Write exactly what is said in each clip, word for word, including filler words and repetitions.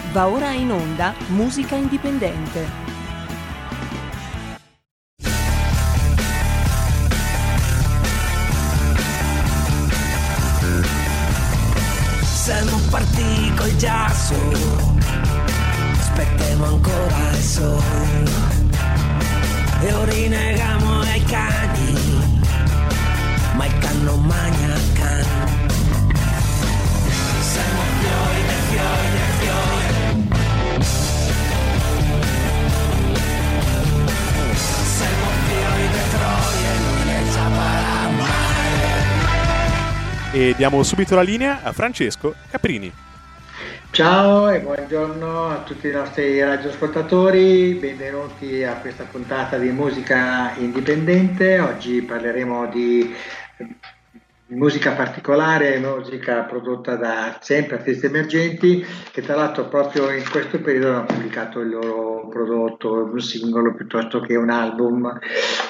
Va ora in onda Musica Indipendente. Siamo partiti col giasso, aspettiamo ancora il sole e lo rinnegamo ai cani, ma il can non mangia il can. Siamo fiori dei fiori dei fiori, siamo fiori dei troie, non ne saprà mai. E diamo subito la linea a Francesco Caprini. Ciao e buongiorno a tutti i nostri radioascoltatori, benvenuti a questa puntata di Musica Indipendente. Oggi parleremo di musica particolare, musica prodotta da sempre artisti emergenti che tra l'altro proprio in questo periodo hanno pubblicato il loro prodotto, un singolo piuttosto che un album,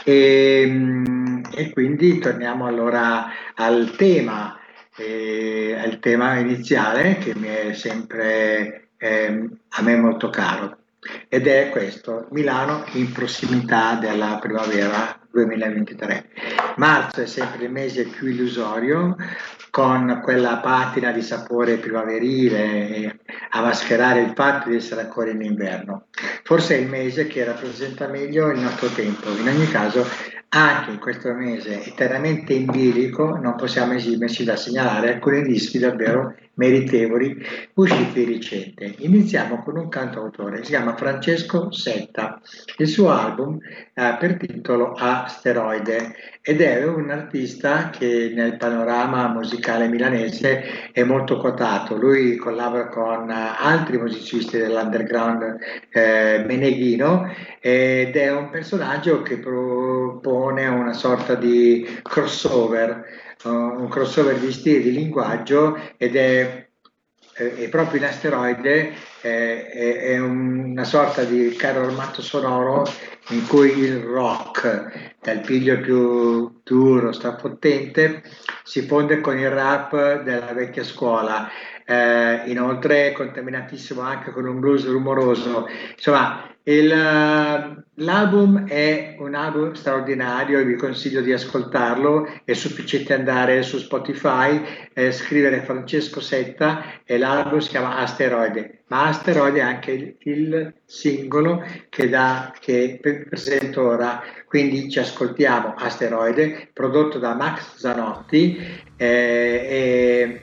e, e quindi torniamo allora al tema. E al tema iniziale che mi è sempre eh, a me molto caro, ed è questo: Milano in prossimità della primavera duemilaventitré. Marzo è sempre il mese più illusorio, con quella patina di sapore primaverile a mascherare il fatto di essere ancora in inverno. Forse è il mese che rappresenta meglio il nostro tempo. In ogni caso, anche in questo mese eternamente in bilico non possiamo esimerci da segnalare alcuni dischi davvero meritevoli usciti di recente. Iniziamo con un cantautore, si chiama Francesco Setta. Il suo album ha per titolo Asteroide ed è un artista che nel panorama musicale milanese è molto quotato. Lui collabora con altri musicisti dell'underground eh, meneghino ed è un personaggio che propone una sorta di crossover, uh, un crossover di stili, di linguaggio, ed è E proprio in Asteroide è, è, è una sorta di carro armato sonoro in cui il rock, dal piglio più duro, strafottente, si fonde con il rap della vecchia scuola. Eh, inoltre è contaminatissimo anche con un blues rumoroso. Insomma, il, l'album è un album straordinario e vi consiglio di ascoltarlo. È sufficiente andare su Spotify, eh, scrivere Francesco Setta e l'album si chiama Asteroide, ma Asteroide è anche il, il singolo che, da, che presento ora. Quindi ci ascoltiamo Asteroide, prodotto da Max Zanotti, eh, e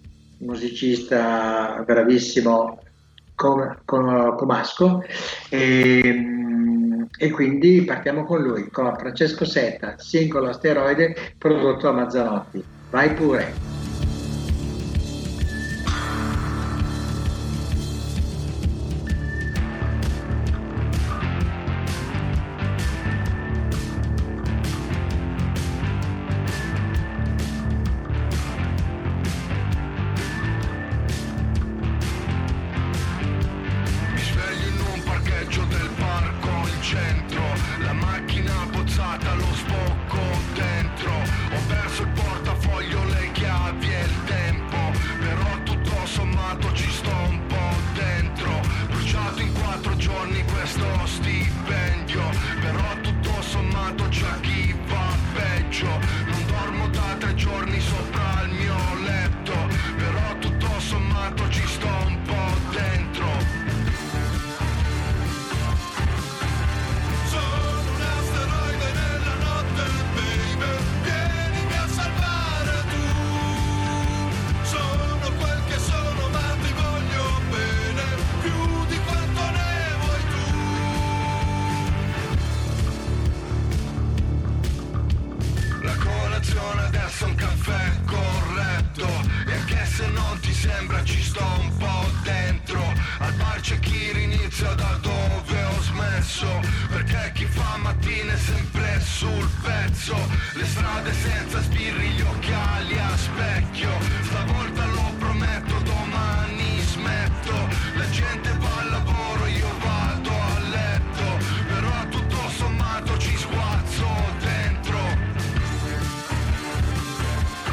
musicista bravissimo com, com, comasco, e, e quindi partiamo con lui, con Francesco Setta, singolo Asteroide prodotto da Mazzanotti. Vai pure.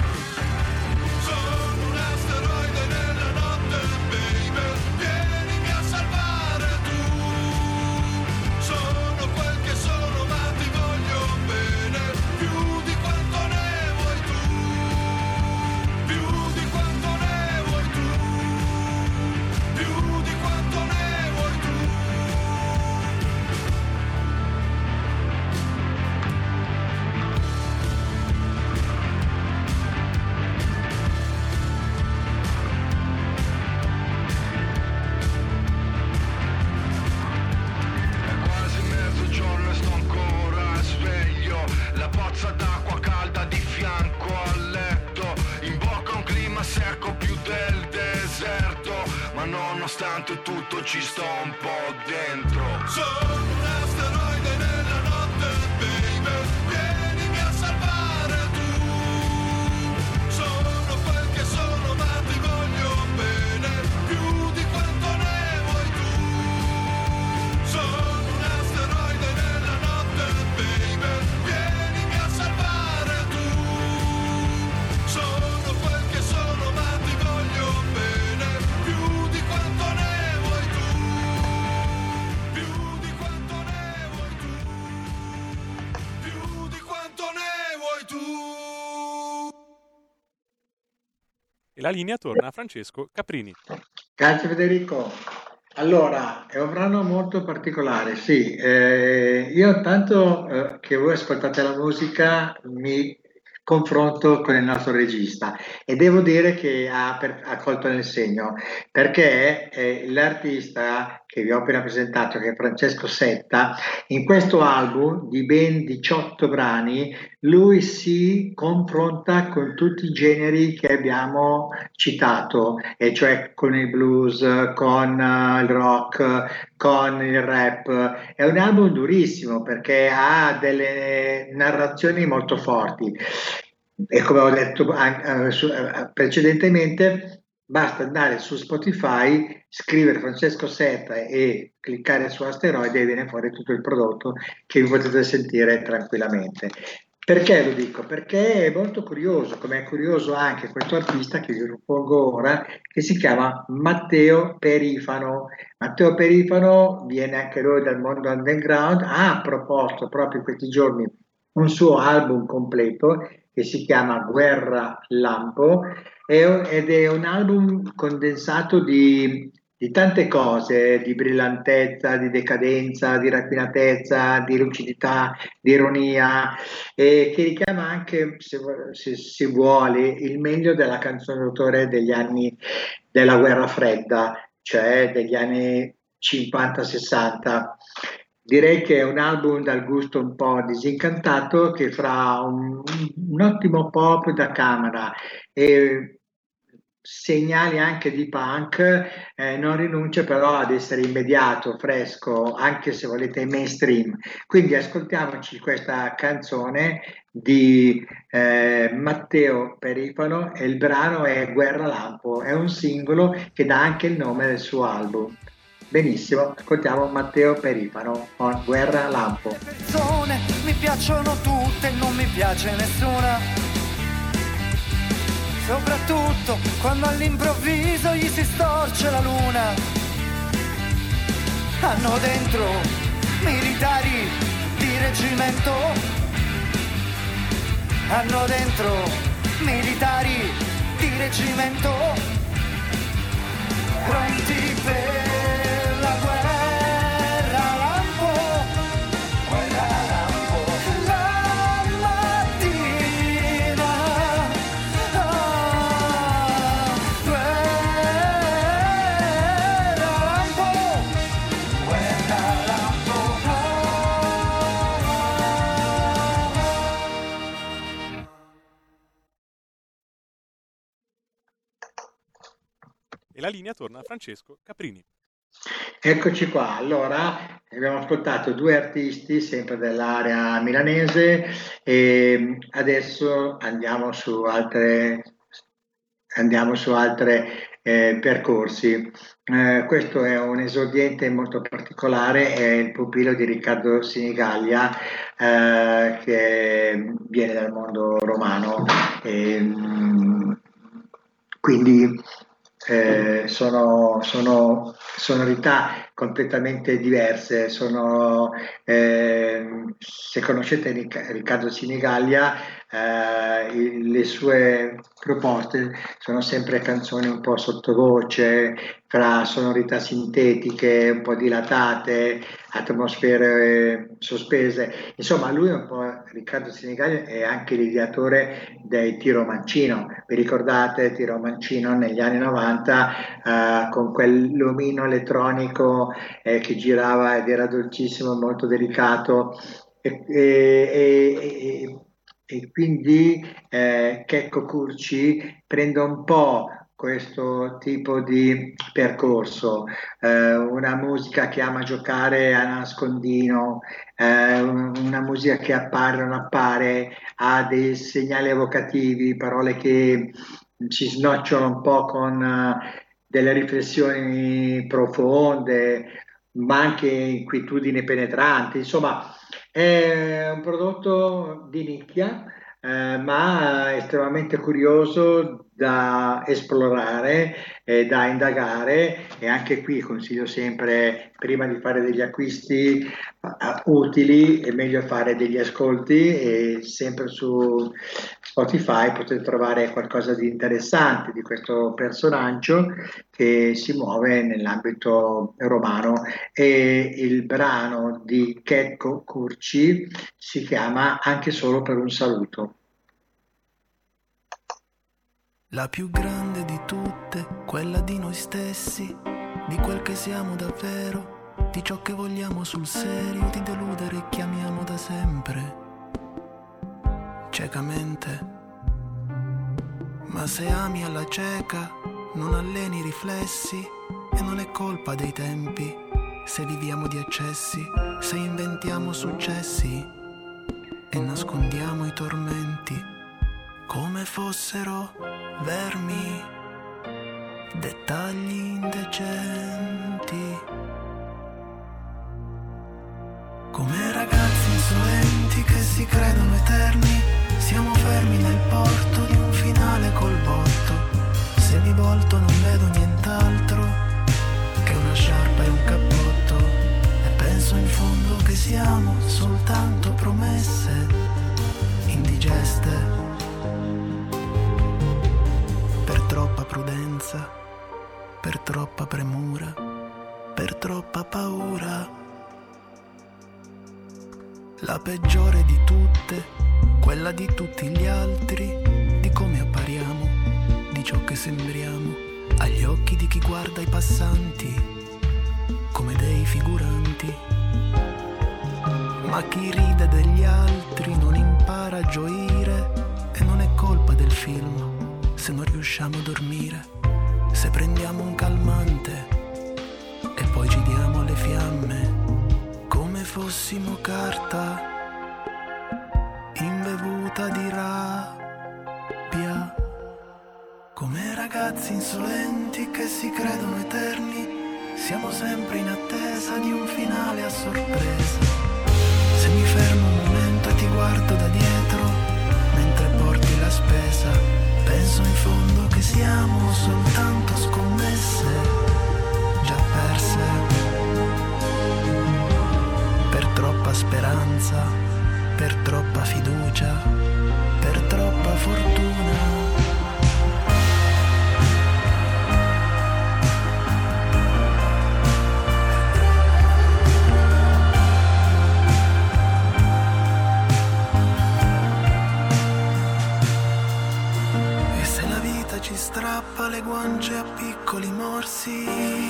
Sono un asteroide nella notte, baby. secco più del deserto, ma nonostante tutto ci sto un po' dentro. Sono un asteroide nella notte, baby, vienimi a salvare tu. Sono quel che sono, ma ti voglio bene più di quanto ne vuoi tu. Sono un asteroide nella notte, baby, vienimi a salvare tu. Sono quel che sono, ma ti voglio bene più di quanto ne vuoi tu. Più di quanto ne vuoi tu. Più di quanto ne vuoi tu. E la linea torna a Francesco Caprini. Grazie Federico. Allora, è un brano molto particolare, sì. Eh, io tanto eh, che voi ascoltate la musica mi confronto con il nostro regista e devo dire che ha, per- ha colto nel segno, perché eh, l'artista che vi ho appena presentato, che è Francesco Setta, in questo album di ben diciotto brani, lui si confronta con tutti i generi che abbiamo citato, e cioè con il blues, con eh, il rock, con il rap. È un album durissimo perché ha delle narrazioni molto forti e come ho detto an- eh, su- eh, precedentemente, basta andare su Spotify, scrivere Francesco Setta e cliccare su asteroide e viene fuori tutto il prodotto che vi potete sentire tranquillamente. Perché lo dico? Perché è molto curioso, come è curioso anche questo artista che vi propongo ora, che si chiama Matteo Perifano. Matteo Perifano viene anche lui dal mondo underground, ha proposto proprio in questi giorni un suo album completo che si chiama Guerra Lampo è- ed è un album condensato di, di tante cose, di brillantezza, di decadenza, di raffinatezza, di lucidità, di ironia, e che richiama anche, se, vu- se si vuole, il meglio della canzone d'autore degli anni della guerra fredda, cioè degli anni cinquanta sessanta. Direi che è un album dal gusto un po' disincantato che fra un, un ottimo pop da camera e segnali anche di punk, eh, non rinuncia però ad essere immediato, fresco, anche se volete mainstream. Quindi ascoltiamoci questa canzone di eh, Matteo Perifano e il brano è Guerra Lampo, è un singolo che dà anche il nome del suo album. Benissimo, ascoltiamo Matteo Perifano con Guerra Lampo. Le persone mi piacciono tutte, non mi piace nessuna. Soprattutto quando all'improvviso gli si storce la luna. Hanno dentro militari di reggimento. Hanno dentro militari di reggimento. Pronti per la guerra lampo, guerra lampo, la mattina, ah, guerra lampo, guerra lampo, E la linea torna a Francesco Caprini. Eccoci qua, allora abbiamo ascoltato due artisti sempre dell'area milanese e adesso andiamo su altre, andiamo su altre eh, percorsi. Eh, questo è un esordiente molto particolare, è il pupillo di Riccardo Sinigallia, eh, che viene dal mondo romano. E, mm, quindi eh, sono, sono sonorità completamente diverse. Sono, ehm, se conoscete Ric- Riccardo Sinigallia, eh, il- le sue proposte sono sempre canzoni un po' sottovoce, fra sonorità sintetiche, un po' dilatate, atmosfere eh, sospese. Insomma, lui è un po', Riccardo Sinigallia è anche l'ideatore dei Tiro Mancino. Vi ricordate Tiro Mancino negli anni novanta, eh, con quel lumino elettronico eh, che girava ed era dolcissimo, molto delicato e, e- e- e quindi eh, Checco Curci prende un po' questo tipo di percorso, eh, una musica che ama giocare a nascondino, eh, un- una musica che appare, non appare, ha dei segnali evocativi, parole che ci snocciolano un po' con eh, delle riflessioni profonde, ma anche inquietudini penetranti. Insomma, è un prodotto di nicchia, eh, ma estremamente curioso da esplorare e da indagare. E anche qui consiglio sempre, prima di fare degli acquisti eh, utili, è meglio fare degli ascolti, e sempre su Spotify potete trovare qualcosa di interessante di questo personaggio che si muove nell'ambito romano, e il brano di Checco Curci si chiama Anche solo per un saluto. La più grande di tutte, quella di noi stessi, di quel che siamo davvero, di ciò che vogliamo sul serio, di deludere chi amiamo da sempre, ciecamente. Ma se ami alla cieca, non alleni i riflessi, e non è colpa dei tempi, se viviamo di eccessi, se inventiamo successi e nascondiamo i tormenti come fossero vermi, dettagli indecenti. Come ragazzi insolenti che si credono eterni, siamo fermi nel porto di un finale col botto. Se mi volto non vedo nient'altro che una sciarpa e un cappotto, e penso in fondo che siamo soltanto promesse indigeste. Per troppa prudenza, per troppa premura, per troppa paura. La peggiore di tutte, quella di tutti gli altri, di come appariamo, di ciò che sembriamo, agli occhi di chi guarda i passanti come dei figuranti. Ma chi ride degli altri non impara a gioire, e non è colpa del film se non riusciamo a dormire, se prendiamo un calmante e poi ci diamo le fiamme come fossimo carta imbevuta di rabbia. Come ragazzi insolenti che si credono eterni, siamo sempre in attesa di un finale a sorpresa. Se mi fermo un momento e ti guardo da dietro mentre porti la spesa, penso in fondo che siamo soltanto scommesse già perse. Per troppa speranza, per troppa fiducia, per troppa fortuna. Ci strappa le guance a piccoli morsi,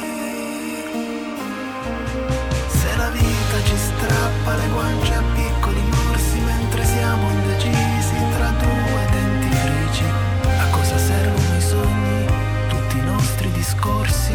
se la vita ci strappa le guance a piccoli morsi, mentre siamo indecisi tra due dentifrici, a cosa servono i sogni, tutti i nostri discorsi,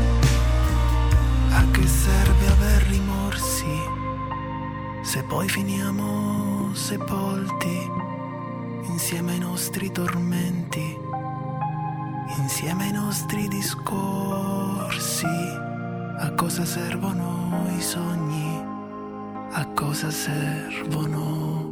a che serve aver rimorsi, se poi finiamo sepolti insieme ai nostri tormenti, insieme ai nostri discorsi. A cosa servono i sogni? A cosa servono?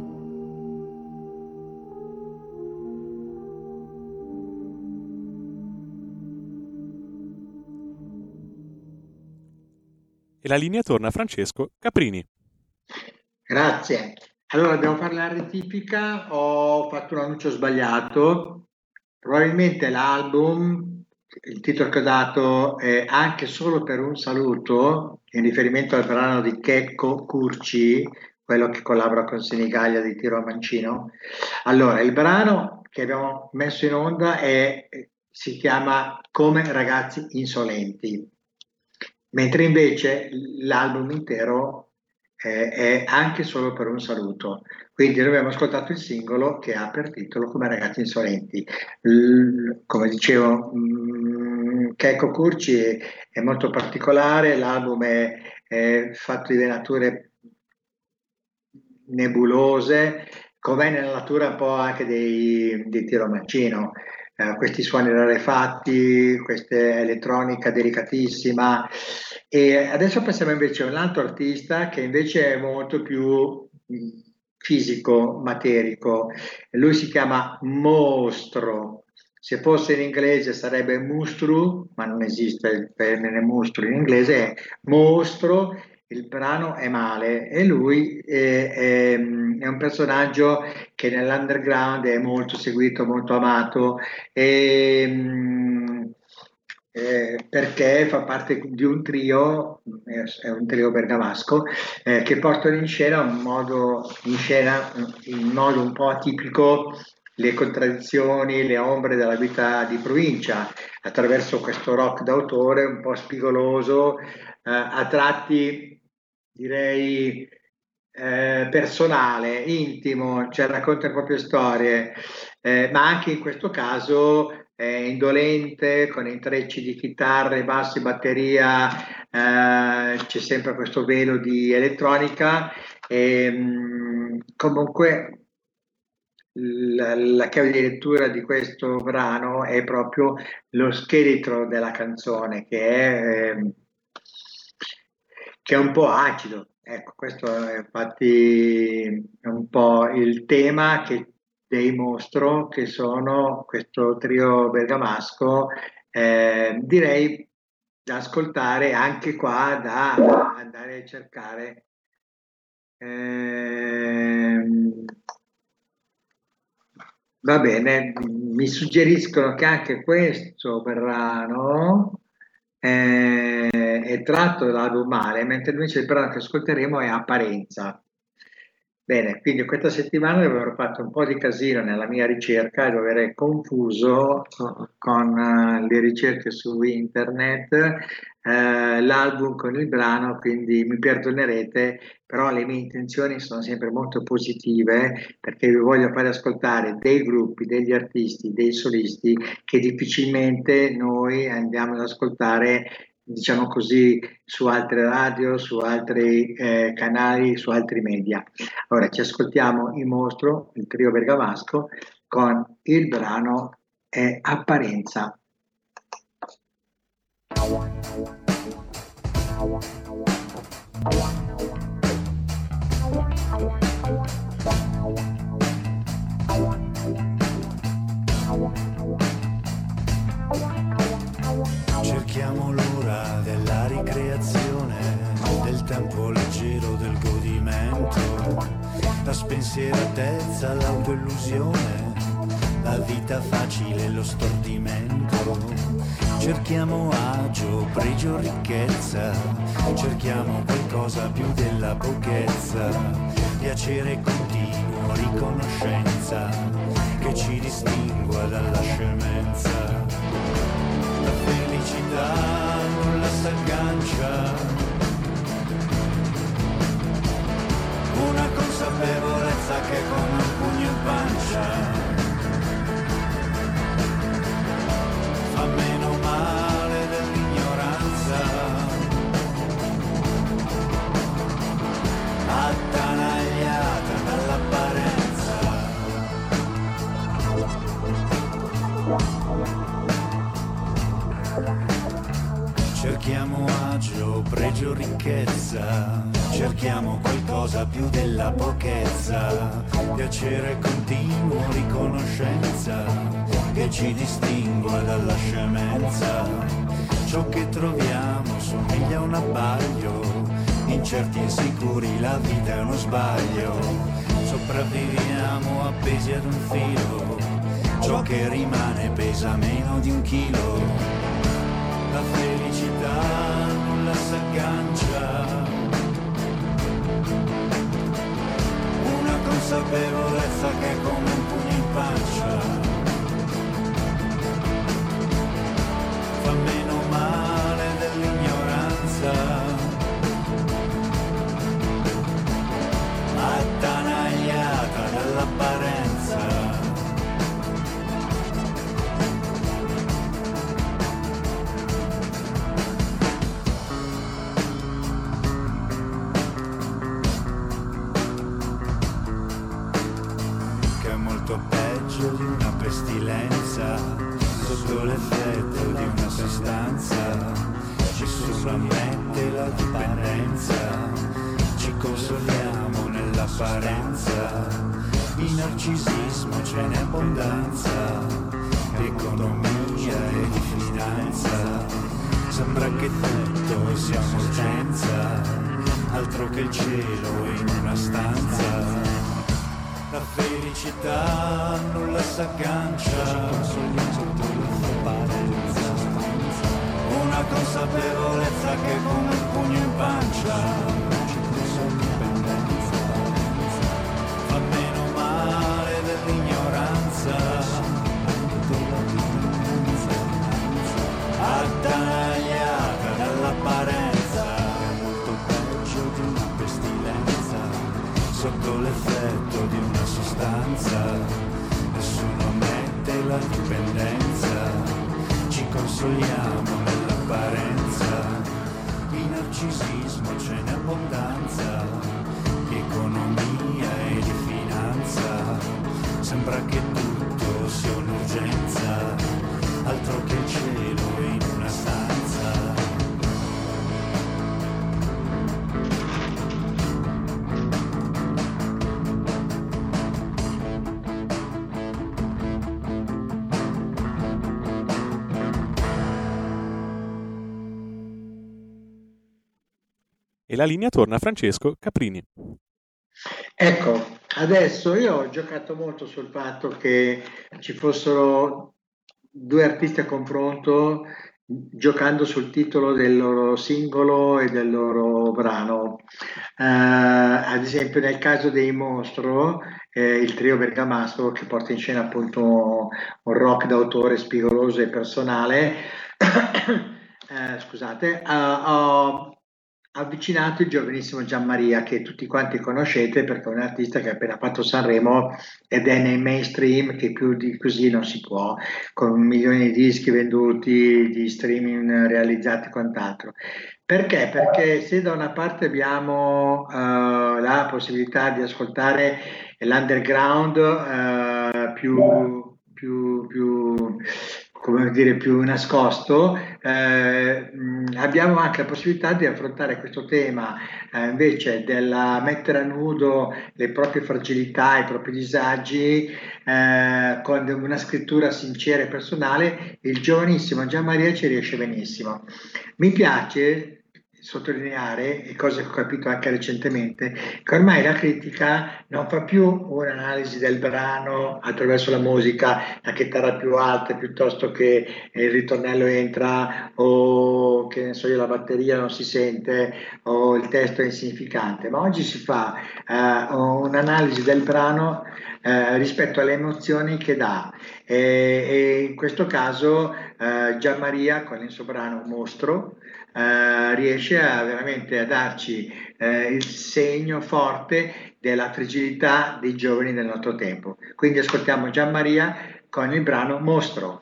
E la linea torna a Francesco Caprini. Grazie. Allora, devo fare la rettifica, ho fatto un annuncio sbagliato. Probabilmente l'album, il titolo che ho dato è Anche solo per un saluto, in riferimento al brano di Checco Curci, quello che collabora con Senigallia di Tiro a Mancino. Allora, il brano che abbiamo messo in onda è, si chiama Come ragazzi insolenti, mentre invece l'album intero eh, è anche solo per un saluto. Quindi noi abbiamo ascoltato il singolo che ha per titolo Come ragazzi insolenti. L- come dicevo, mh, Checco Curci è, è molto particolare, l'album è, è fatto di venature nebulose, come nella natura un po' anche dei, dei Tiro Mancino. Eh, questi suoni rarefatti, questa elettronica delicatissima. E adesso passiamo invece a un altro artista che invece è molto più mh, fisico, materico. Lui si chiama Mostro. Se fosse in inglese sarebbe Mustru, ma non esiste il termine mostro in inglese, è Mostro. Il brano è Male e lui è, è- è un personaggio che nell'underground è molto seguito, molto amato e, mm, eh, perché fa parte di un trio, è è un trio bergamasco, eh, che portano in scena un modo, in scena in modo un po' atipico le contraddizioni, le ombre della vita di provincia attraverso questo rock d'autore un po' spigoloso, eh, a tratti direi eh, personale, intimo, cioè racconta le proprie storie, eh, ma anche in questo caso è indolente, con intrecci di chitarre, bassi, batteria, eh, c'è sempre questo velo di elettronica e mh, comunque la, la chiave di lettura di questo brano è proprio lo scheletro della canzone che è, ehm, che è un po' acido. Ecco, questo è infatti è un po' il tema che, dei Mostro, che sono questo trio bergamasco, eh, direi da ascoltare anche qua, da andare a cercare. Ehm, Va bene, mi suggeriscono che anche questo brano eh, è tratto dall'album Male, mentre invece il brano che ascolteremo è Apparenza. Bene, quindi questa settimana avrò fatto un po' di casino nella mia ricerca e lo avrei confuso con eh, le ricerche su internet, eh, l'album con il brano, quindi mi perdonerete, però le mie intenzioni sono sempre molto positive perché vi voglio fare ascoltare dei gruppi, degli artisti, dei solisti che difficilmente noi andiamo ad ascoltare, diciamo così, su altre radio, su altri eh, canali, su altri media. Ora ci ascoltiamo i Mostro, il trio bergamasco, con il brano è Apparenza. Cerchiamo l'ora della ricreazione, del tempo leggero del godimento, la spensieratezza, l'autoillusione, la vita facile, lo stordimento. Cerchiamo agio, pregio, ricchezza, cerchiamo qualcosa più della pochezza, piacere continuo, riconoscenza, che ci distingua dalla scemenza. La felicità nulla s'aggancia, una consapevolezza che è come un pugno in pancia, fa meno male dell'ignoranza, attanagliata dall'apparenza. Cerchiamo agio, pregio, ricchezza, cerchiamo qualcosa più della pochezza, piacere continuo, riconoscenza, che ci distingua dalla scemenza. Ciò che troviamo somiglia a un abbaglio, incerti e insicuri la vita è uno sbaglio, sopravviviamo appesi ad un filo, ciò che rimane pesa meno di un chilo. La felicità nulla s'aggancia, una consapevolezza che è come un pugno in pancia, fa meno male dell'ignoranza, solamente la dipendenza, ci consoliamo nell'apparenza, in narcisismo ce n'è abbondanza, di economia e di finanza, sembra che tutto sia un'urgenza, altro che il cielo in una stanza. La felicità nulla s'aggancia, una consapevolezza che è come un pugno in pancia, fa meno male dell'ignoranza, attagliata dall'apparenza, molto peggio di una pestilenza, sotto l'effetto di una sostanza, nessuno mette la dipendenza, ci consoliamo nell'apparenza, in narcisismo ce n'è abbondanza, di economia e di finanza, sembra che tutto sia un'urgenza, altro che il cielo in una stanza. E la linea torna a Francesco Caprini. Ecco, adesso io ho giocato molto sul fatto che ci fossero due artisti a confronto giocando sul titolo del loro singolo e del loro brano. Eh, ad esempio nel caso dei Mostro, eh, il trio bergamasco che porta in scena appunto un rock d'autore spigoloso e personale, eh, scusate, eh, ho avvicinato il giovanissimo Gianmaria, che tutti quanti conoscete perché è un artista che ha appena fatto Sanremo ed è nel mainstream, che più di così non si può, con milioni di dischi venduti, di streaming realizzati e quant'altro. Perché? Perché se da una parte abbiamo uh, la possibilità di ascoltare l'underground uh, più, più, più come dire, più nascosto, eh, abbiamo anche la possibilità di affrontare questo tema eh, invece della mettere a nudo le proprie fragilità, i propri disagi, eh, con una scrittura sincera e personale. Il giovanissimo Gianmaria ci riesce benissimo. Mi piace sottolineare, e cosa che ho capito anche recentemente, che ormai la critica non fa più un'analisi del brano attraverso la musica, la chitarra più alta piuttosto che il ritornello entra, o che ne so io, la batteria non si sente, o il testo è insignificante, ma oggi si fa uh, un'analisi del brano uh, rispetto alle emozioni che dà, e, e in questo caso uh, Gianmaria con il suo brano Mostro Uh, riesce a veramente a darci uh, il segno forte della fragilità dei giovani del nostro tempo. Quindi ascoltiamo Gianmaria con il brano Mostro.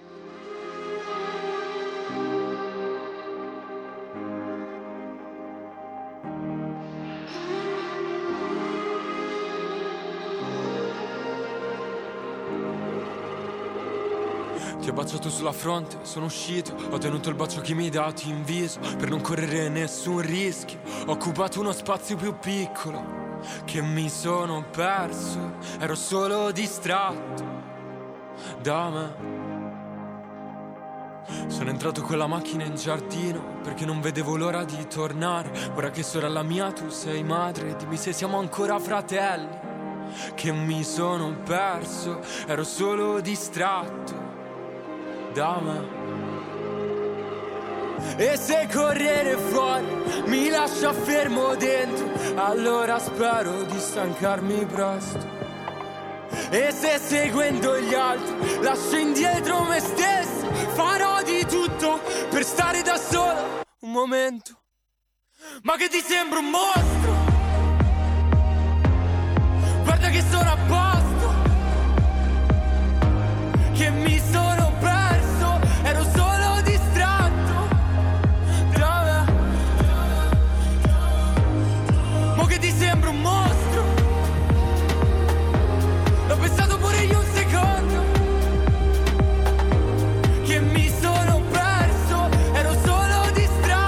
Ti ho baciato sulla fronte, sono uscito, ho tenuto il bacio che mi hai dato in viso per non correre nessun rischio. Ho occupato uno spazio più piccolo che mi sono perso, ero solo distratto da me. Sono entrato con la macchina in giardino perché non vedevo l'ora di tornare. Ora che sorella mia tu sei madre, dimmi se siamo ancora fratelli. Che mi sono perso, ero solo distratto da me. E se correre fuori mi lascia fermo dentro, allora spero di stancarmi presto. E se seguendo gli altri lascio indietro me stesso, farò di tutto per stare da solo un momento. Ma che ti sembra un mostro? Guarda che sono a posto, che mi sono perso, ero solo distratto da me. Ma che ti sembra un mostro? L'ho pensato pure io un secondo, che mi sono perso, ero solo distratto.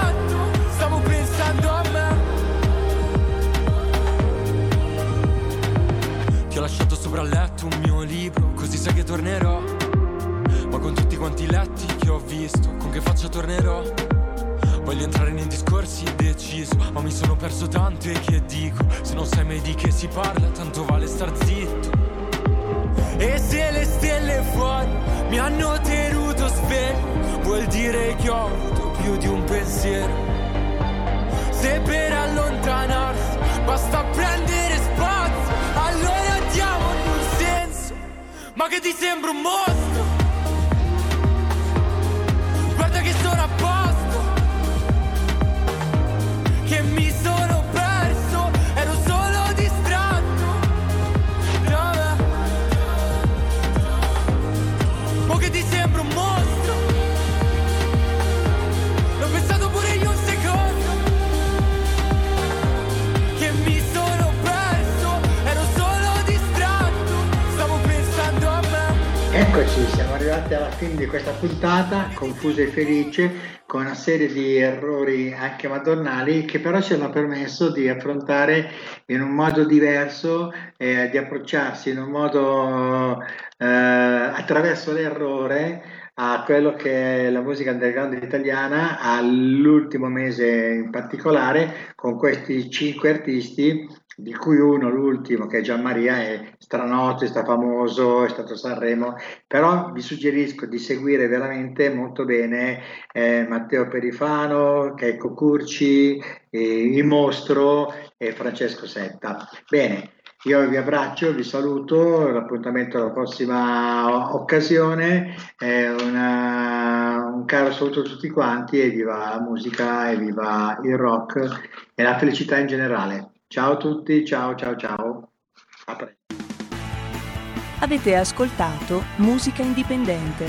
che ho visto, con che faccia tornerò. Voglio entrare nei discorsi deciso, ma mi sono perso tanto e che dico. Se non sai mai di che si parla, tanto vale star zitto. E se le stelle fuori mi hanno tenuto sveglio, vuol dire che ho avuto più di un pensiero. Se per allontanarsi basta prendere spazio, allora diamogli un senso. Ma che ti sembra un mostro? Guarda che sono a posto, che mi sono perso, ero solo distratto. Dove? O che ti sembra un mostro? L'ho pensato pure io un secondo, che mi sono perso, ero solo distratto, stavo pensando a me. Eccoci, siamo arrivati alla fine di questa puntata, confusa e felice, con una serie di errori anche madornali che però ci hanno permesso di affrontare in un modo diverso, eh, di approcciarsi in un modo eh, attraverso l'errore a quello che è la musica underground italiana, all'ultimo mese in particolare, con questi cinque artisti, di cui uno, l'ultimo, che è Gianmaria, è stranoto, è stato famoso, è stato a Sanremo, però vi suggerisco di seguire veramente molto bene eh, Matteo Perifano, Checco Curci, eh, Il Mostro e Francesco Setta. Bene, io vi abbraccio, vi saluto, l'appuntamento alla prossima occasione, eh, una, un caro saluto a tutti quanti e viva la musica e viva il rock e la felicità in generale. Ciao a tutti, ciao ciao ciao. A presto. Avete ascoltato Musica Indipendente.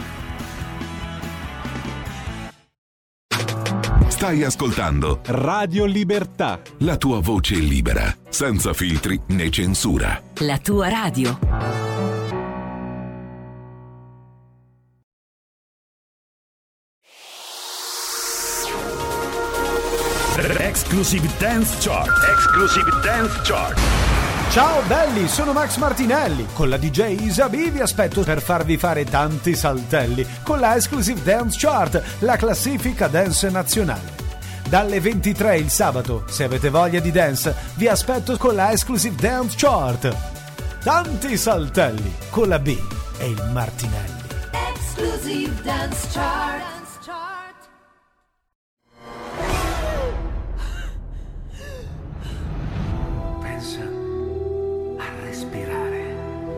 Stai ascoltando Radio Libertà, la tua voce libera, senza filtri né censura. La tua radio. Exclusive Dance Chart. Exclusive Dance Chart. Ciao belli, sono Max Martinelli. Con la D J Isabi vi aspetto per farvi fare tanti saltelli con la Exclusive Dance Chart, la classifica dance nazionale. Dalle ventitré il sabato, se avete voglia di dance, vi aspetto con la Exclusive Dance Chart. Tanti saltelli con la B e il Martinelli. Exclusive Dance Chart. Pensa a respirare.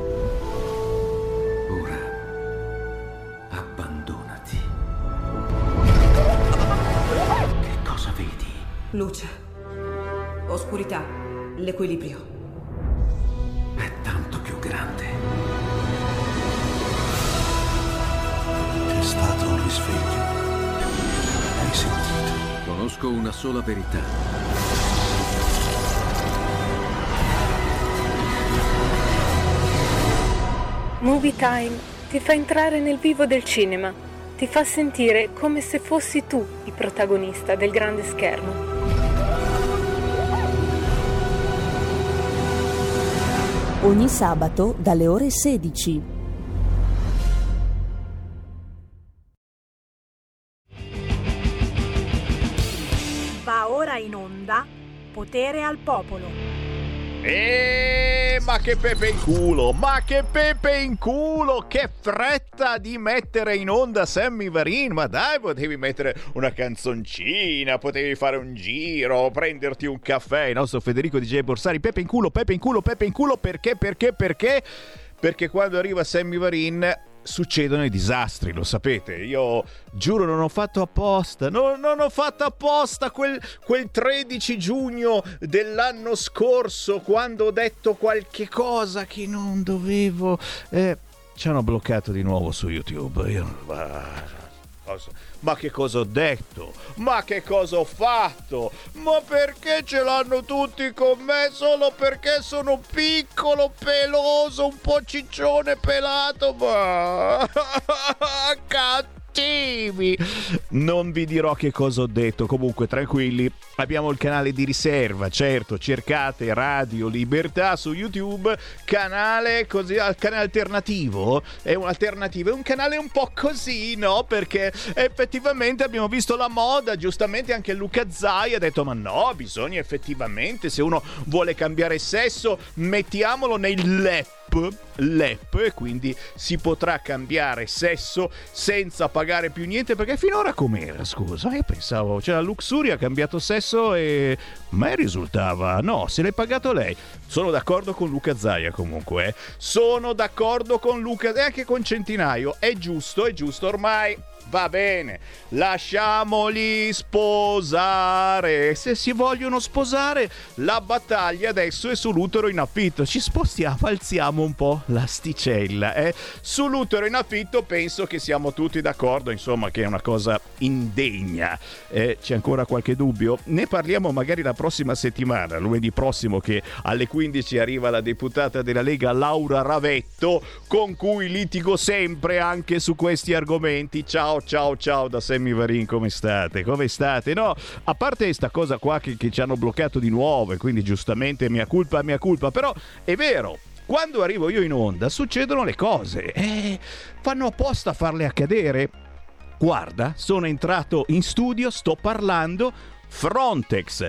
Ora abbandonati. Che cosa vedi? Luce, oscurità, l'equilibrio. È tanto più grande. C'è stato un risveglio. Hai sentito? Conosco una sola verità. Movie Time ti fa entrare nel vivo del cinema, ti fa sentire come se fossi tu il protagonista del grande schermo. Ogni sabato dalle ore sedici. Va ora in onda Potere al Popolo. Eh, ma che pepe in culo, ma che pepe in culo, che fretta di mettere in onda Sammy Varin, ma dai, potevi mettere una canzoncina, potevi fare un giro, prenderti un caffè. Il nostro Federico D J Borsari, pepe in culo, pepe in culo, pepe in culo, perché, perché, perché? Perché quando arriva Sammy Varin succedono i disastri, lo sapete. Io giuro non ho fatto apposta, no, non ho fatto apposta quel, quel tredici giugno dell'anno scorso, quando ho detto qualche cosa che non dovevo, eh, ci hanno bloccato di nuovo su YouTube. Io, ma che cosa ho detto? Ma che cosa ho fatto? Ma perché ce l'hanno tutti con me solo perché sono piccolo, peloso, un po' ciccione pelato? Ma cazzo! cattivi. Non vi dirò che cosa ho detto, comunque tranquilli, abbiamo il canale di riserva, certo, cercate Radio Libertà su YouTube, canale così, canale alternativo, è un alternativo, è un canale un po' così, no? Perché effettivamente abbiamo visto la moda, giustamente anche Luca Zai ha detto ma no, bisogna effettivamente, se uno vuole cambiare sesso, mettiamolo nell'app, l'app, e quindi si potrà cambiare sesso senza pagare più niente, perché finora com'era, scusa? Io pensavo, cioè la Luxuria ha cambiato sesso e a me risultava, no, se l'hai pagato lei. Sono d'accordo con Luca Zaia comunque, eh. sono d'accordo con Luca e anche con Centinaio, è giusto, è giusto, ormai va bene, lasciamoli sposare. Se si vogliono sposare, la battaglia adesso è sull'utero in affitto. Ci spostiamo, alziamo un po' l'asticella, eh? Sull'utero in affitto penso che siamo tutti d'accordo, insomma, che è una cosa indegna. Eh, c'è ancora qualche dubbio? Ne parliamo magari la prossima settimana, lunedì prossimo, che alle quindici arriva la deputata della Lega Laura Ravetto, con cui litigo sempre anche su questi argomenti. Ciao ciao ciao da Sammy Varin, come state? Come state? No, a parte sta cosa qua che, che ci hanno bloccato di nuovo e quindi giustamente mia colpa, mia colpa, però è vero, quando arrivo io in onda succedono le cose e fanno apposta a farle accadere. Guarda, sono entrato in studio, sto parlando, Frontex,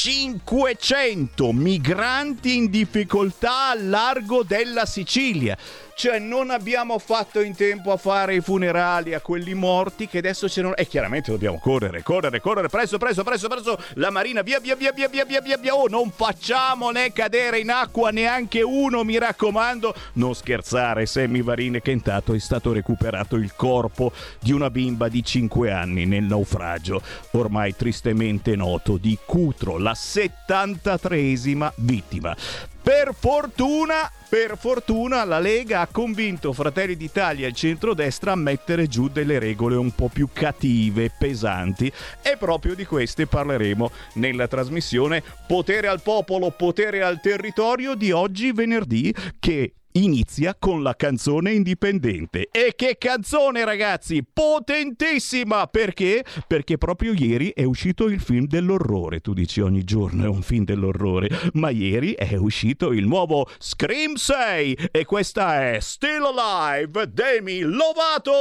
cinquecento migranti in difficoltà al largo della Sicilia. Cioè non abbiamo fatto in tempo a fare i funerali a quelli morti che adesso c'erano, e chiaramente dobbiamo correre, correre, correre, presto, presto, presto, presto, la Marina, via, via, via, via, via, via, via, via. Oh, non facciamone cadere in acqua neanche uno, mi raccomando. Non scherzare, Sammy Varin, che intanto è stato recuperato il corpo di una bimba di cinque anni nel naufragio, ormai tristemente noto, di Cutro, la settantatreesima vittima. Per fortuna, per fortuna la Lega ha convinto Fratelli d'Italia e il centrodestra a mettere giù delle regole un po' più cattive, pesanti, e proprio di queste parleremo nella trasmissione Potere al Popolo, Potere al Territorio di oggi venerdì, che inizia con la canzone indipendente. E che canzone, ragazzi, potentissima! Perché? Perché proprio ieri è uscito il film dell'orrore. Tu dici ogni giorno è un film dell'orrore, ma ieri è uscito il nuovo Scream sei e questa è Still Alive, Demi Lovato!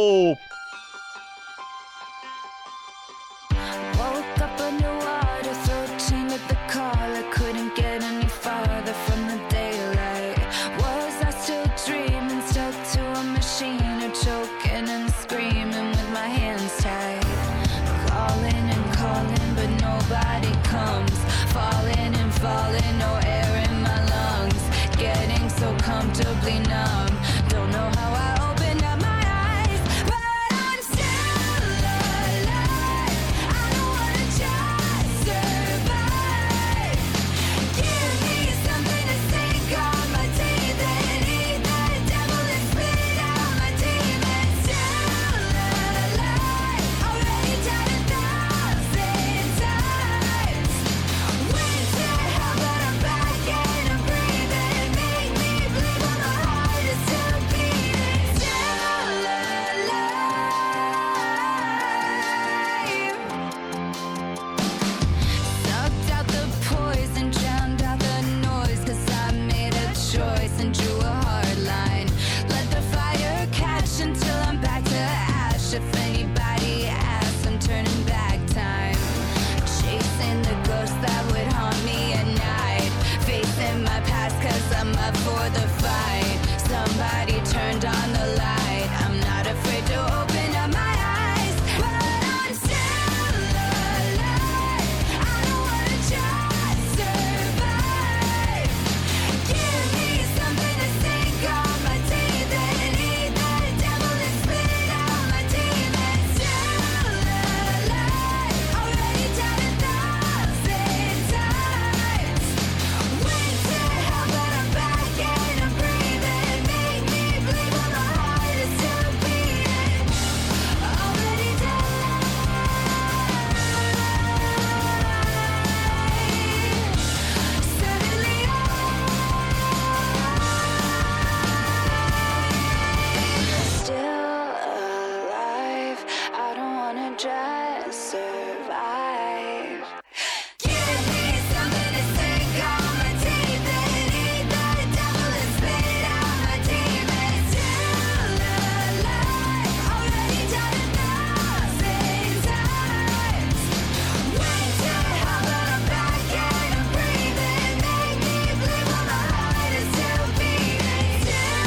Woke up underwater, thirteen at the call. I couldn't get any farther from the daylight. Was I still dreaming, stuck to a machine, or choking and screaming with my hands tied? Calling and calling, but nobody comes. Falling and falling, no air in my lungs. Getting so comfortably numb. Don't know how I opened up my eyes, but I just survive. Give me something to sink on my teeth and eat the devil and spit out my demons. Still alive, already done a thousand times. Went to hell but I'm back and I'm breathing. Make me believe all my heart is still beating. Still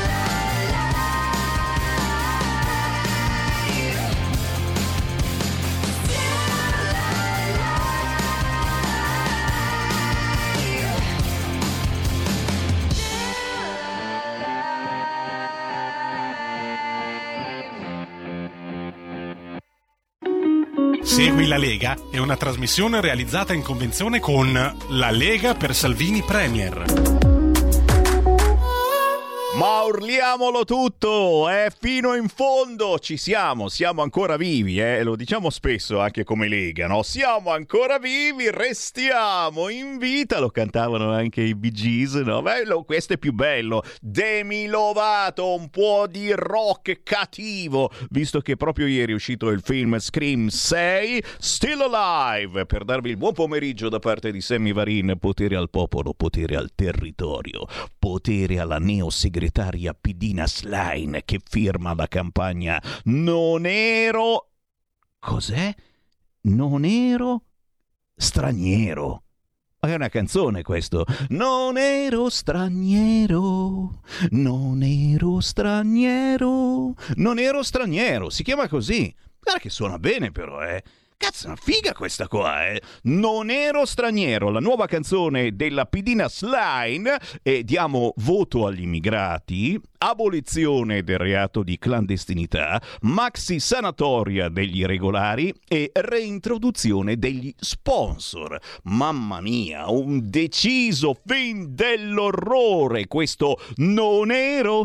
Segui la Lega è una trasmissione realizzata in convenzione con La Lega per Salvini Premier. Ma urliamolo tutto, eh, fino in fondo ci siamo, siamo ancora vivi, eh, lo diciamo spesso anche come Lega, no? Siamo ancora vivi, restiamo in vita, lo cantavano anche i Bee Gees, no? Bello, questo è più bello, Demi Lovato, un po' di rock cattivo, visto che proprio ieri è uscito il film Scream sei, Still Alive, per darvi il buon pomeriggio da parte di Sammy Varin, potere al popolo, potere al territorio, potere alla neosegretaria P D Nasline che firma la campagna Non ero... cos'è? Non ero straniero. È una canzone questo. Non ero straniero, non ero straniero, non ero straniero. Si chiama così. Guarda che suona bene però, eh. Cazzo, una figa questa qua, eh? Non ero straniero, la nuova canzone della P D Nasline, e diamo voto agli immigrati, abolizione del reato di clandestinità, maxi sanatoria degli irregolari e reintroduzione degli sponsor. Mamma mia, un deciso film dell'orrore questo Non ero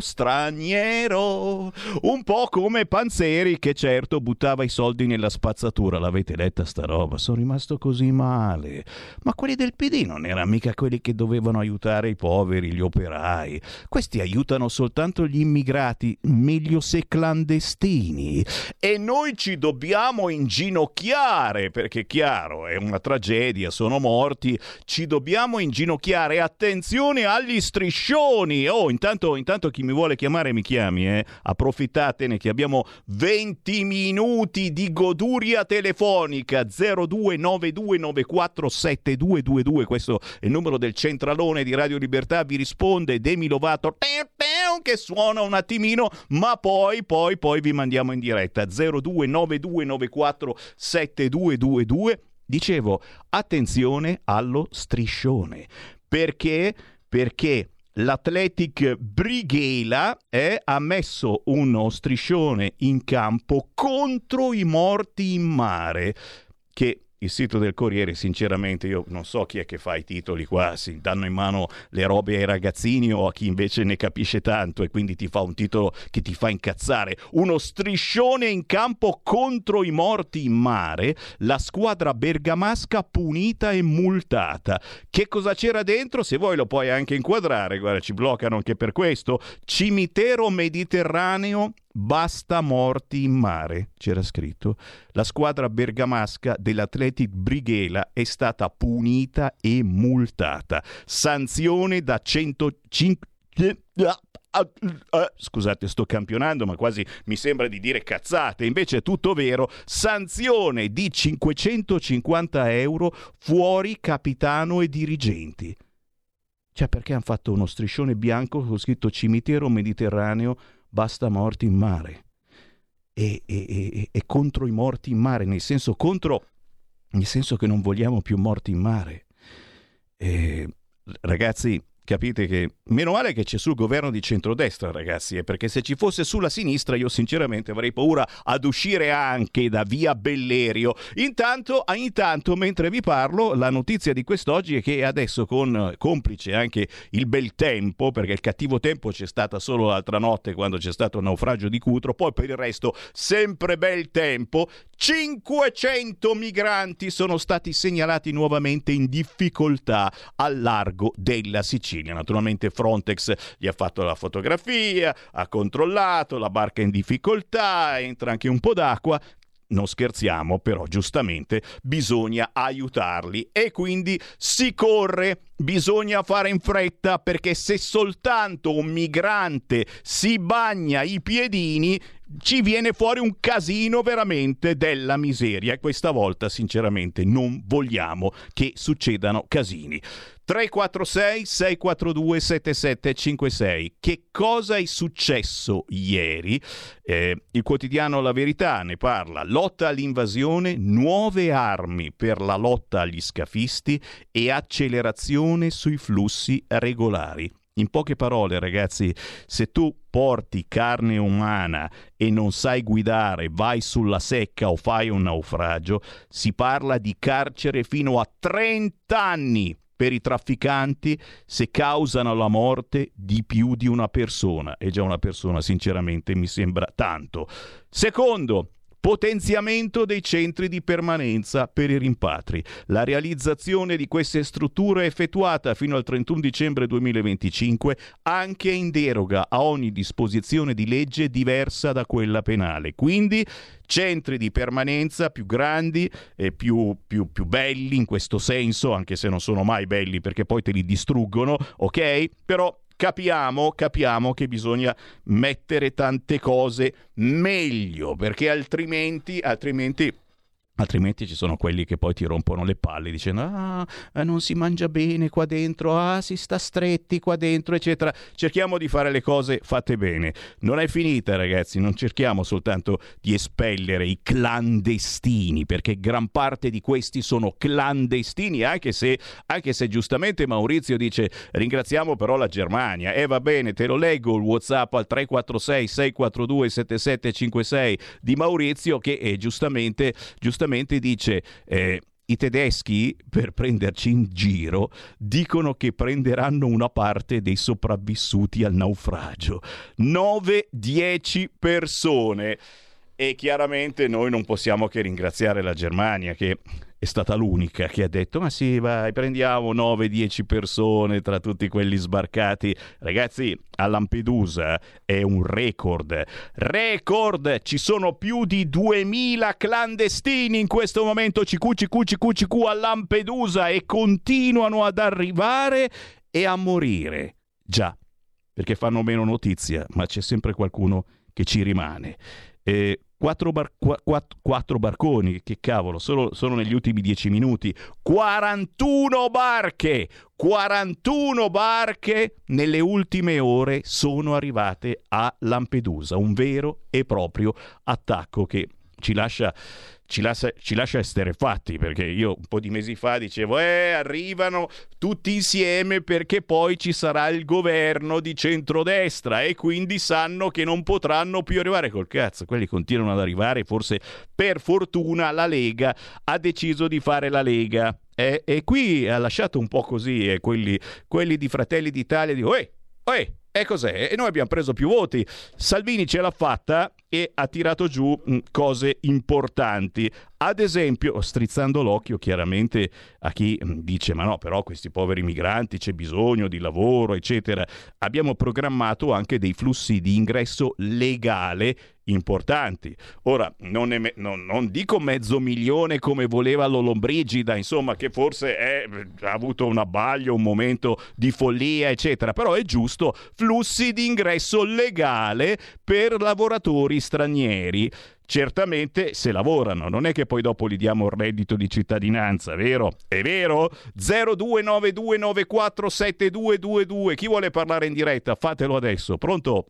straniero, un po' come Panzeri che certo buttava i soldi nella spazzatura. L'avete letta sta roba? Sono rimasto così male. Ma quelli del P D non erano mica quelli che dovevano aiutare i poveri, gli operai. Questi aiutano soltanto gli immigrati, meglio se clandestini. E noi ci dobbiamo inginocchiare, perché chiaro, è una tragedia, sono morti, ci dobbiamo inginocchiare. Attenzione agli striscioni. Oh, intanto, intanto chi mi vuole chiamare mi chiami, eh. Approfittatene che abbiamo venti minuti di goduria telefonica. zero due nove due nove quattro sette due due due, questo è il numero del centralone di Radio Libertà. Vi risponde Demi Lovato che suona un attimino, ma poi poi poi vi mandiamo in diretta. Zero due nove due nove quattro sette due due due. Dicevo, attenzione allo striscione, perché perché l'Athletic Brighela eh, ha messo uno striscione in campo contro i morti in mare, che il sito del Corriere, sinceramente io non so chi è che fa i titoli qua, si danno in mano le robe ai ragazzini o a chi invece ne capisce tanto e quindi ti fa un titolo che ti fa incazzare. Uno striscione in campo contro i morti in mare, la squadra bergamasca punita e multata. Che cosa c'era dentro? Se vuoi lo puoi anche inquadrare, guarda, ci bloccano anche per questo. Cimitero Mediterraneo, basta morti in mare, c'era scritto. La squadra bergamasca dell'Athletic Brighela è stata punita e multata. Sanzione da centocinque... Scusate, sto campionando, ma quasi mi sembra di dire cazzate, invece è tutto vero. Sanzione di cinquecentocinquanta euro, fuori capitano e dirigenti. Cioè, perché hanno fatto uno striscione bianco con scritto Cimitero Mediterraneo, basta morti in mare, e, e, e, e contro i morti in mare, nel senso contro, nel senso che non vogliamo più morti in mare. E, ragazzi, capite che meno male che c'è sul governo di centrodestra, ragazzi, eh, perché se ci fosse sulla sinistra io sinceramente avrei paura ad uscire anche da via Bellerio. Intanto, intanto mentre vi parlo, la notizia di quest'oggi è che adesso, con complice anche il bel tempo, perché il cattivo tempo c'è stata solo l'altra notte quando c'è stato il naufragio di Cutro, poi per il resto sempre bel tempo, cinquecento migranti sono stati segnalati nuovamente in difficoltà al largo della Sicilia. Naturalmente Frontex gli ha fatto la fotografia, ha controllato, la barca è in difficoltà, entra anche un po' d'acqua. non scherziamo, però giustamente bisogna aiutarli e quindi si corre, bisogna fare in fretta, perché se soltanto un migrante si bagna i piedini ci viene fuori un casino veramente della miseria, e questa volta sinceramente non vogliamo che succedano casini. tre quattro sei sei quattro due sette sette cinque sei. Che cosa è successo ieri? Eh, il quotidiano La Verità ne parla. Lotta all'invasione, nuove armi per la lotta agli scafisti e accelerazione sui flussi regolari. In poche parole, ragazzi, se tu porti carne umana e non sai guidare, vai sulla secca o fai un naufragio, si parla di carcere fino a trenta anni per i trafficanti se causano la morte di più di una persona. E già una persona, sinceramente, mi sembra tanto. Secondo, potenziamento dei centri di permanenza per i rimpatri. La realizzazione di queste strutture è effettuata fino al trentuno dicembre duemilaventicinque, anche in deroga a ogni disposizione di legge diversa da quella penale. Quindi centri di permanenza più grandi e più, più, più belli in questo senso, anche se non sono mai belli perché poi te li distruggono, ok? Però Capiamo, capiamo che bisogna mettere tante cose meglio, perché altrimenti, altrimenti, altrimenti ci sono quelli che poi ti rompono le palle dicendo ah, non si mangia bene qua dentro, ah, si sta stretti qua dentro, eccetera. Cerchiamo di fare le cose fatte bene. Non è finita, ragazzi, non cerchiamo soltanto di espellere i clandestini, perché gran parte di questi sono clandestini, anche se, anche se giustamente Maurizio dice ringraziamo però la Germania. E eh, va bene, te lo leggo il WhatsApp al tre quattro sei sei quattro due sette sette cinque sei di Maurizio che eh, giustamente, giustamente dice eh, i tedeschi, per prenderci in giro, dicono che prenderanno una parte dei sopravvissuti al naufragio. nove dieci persone. E chiaramente noi non possiamo che ringraziare la Germania, che è stata l'unica che ha detto ma sì, vai, prendiamo nove dieci persone tra tutti quelli sbarcati. Ragazzi, a Lampedusa è un record. Record! Ci sono più di duemila clandestini in questo momento, C Q, C Q, C Q, C Q a Lampedusa, e continuano ad arrivare e a morire. Già, perché fanno meno notizia, ma c'è sempre qualcuno che ci rimane. Eh, Quattro, bar- quattro, quattro barconi, che cavolo, solo, solo negli ultimi dieci minuti, quarantuno barche, quarantuno barche nelle ultime ore sono arrivate a Lampedusa, un vero e proprio attacco che ci lascia, ci lascia, ci lascia esterrefatti, perché io un po' di mesi fa dicevo eh, arrivano tutti insieme perché poi ci sarà il governo di centrodestra e quindi sanno che non potranno più arrivare. Col cazzo, quelli continuano ad arrivare, forse per fortuna la Lega ha deciso di fare la Lega e, e qui ha lasciato un po' così e quelli, quelli di Fratelli d'Italia dicono eh, eh, e cos'è? E noi abbiamo preso più voti. Salvini ce l'ha fatta e ha tirato giù mh, cose importanti. Ad esempio, strizzando l'occhio chiaramente a chi mh, dice ma no, però questi poveri migranti c'è bisogno di lavoro, eccetera. Abbiamo programmato anche dei flussi di ingresso legale importanti. Ora, non, ne, non, non dico mezzo milione come voleva Lollobrigida, insomma, che forse è, ha avuto un abbaglio, un momento di follia, eccetera, però è giusto flussi di ingresso legale per lavoratori stranieri. Certamente se lavorano, non è che poi dopo gli diamo il reddito di cittadinanza, vero? È vero? zero due nove due nove quattro sette due due due. Chi vuole parlare in diretta? Fatelo adesso. Pronto?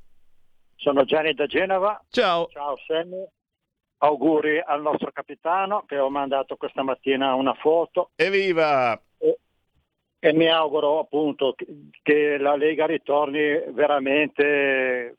Sono Gianni da Genova. Ciao. Ciao Sammy. Auguri al nostro capitano che ho mandato questa mattina una foto. Evviva! E, e mi auguro appunto che, che la Lega ritorni veramente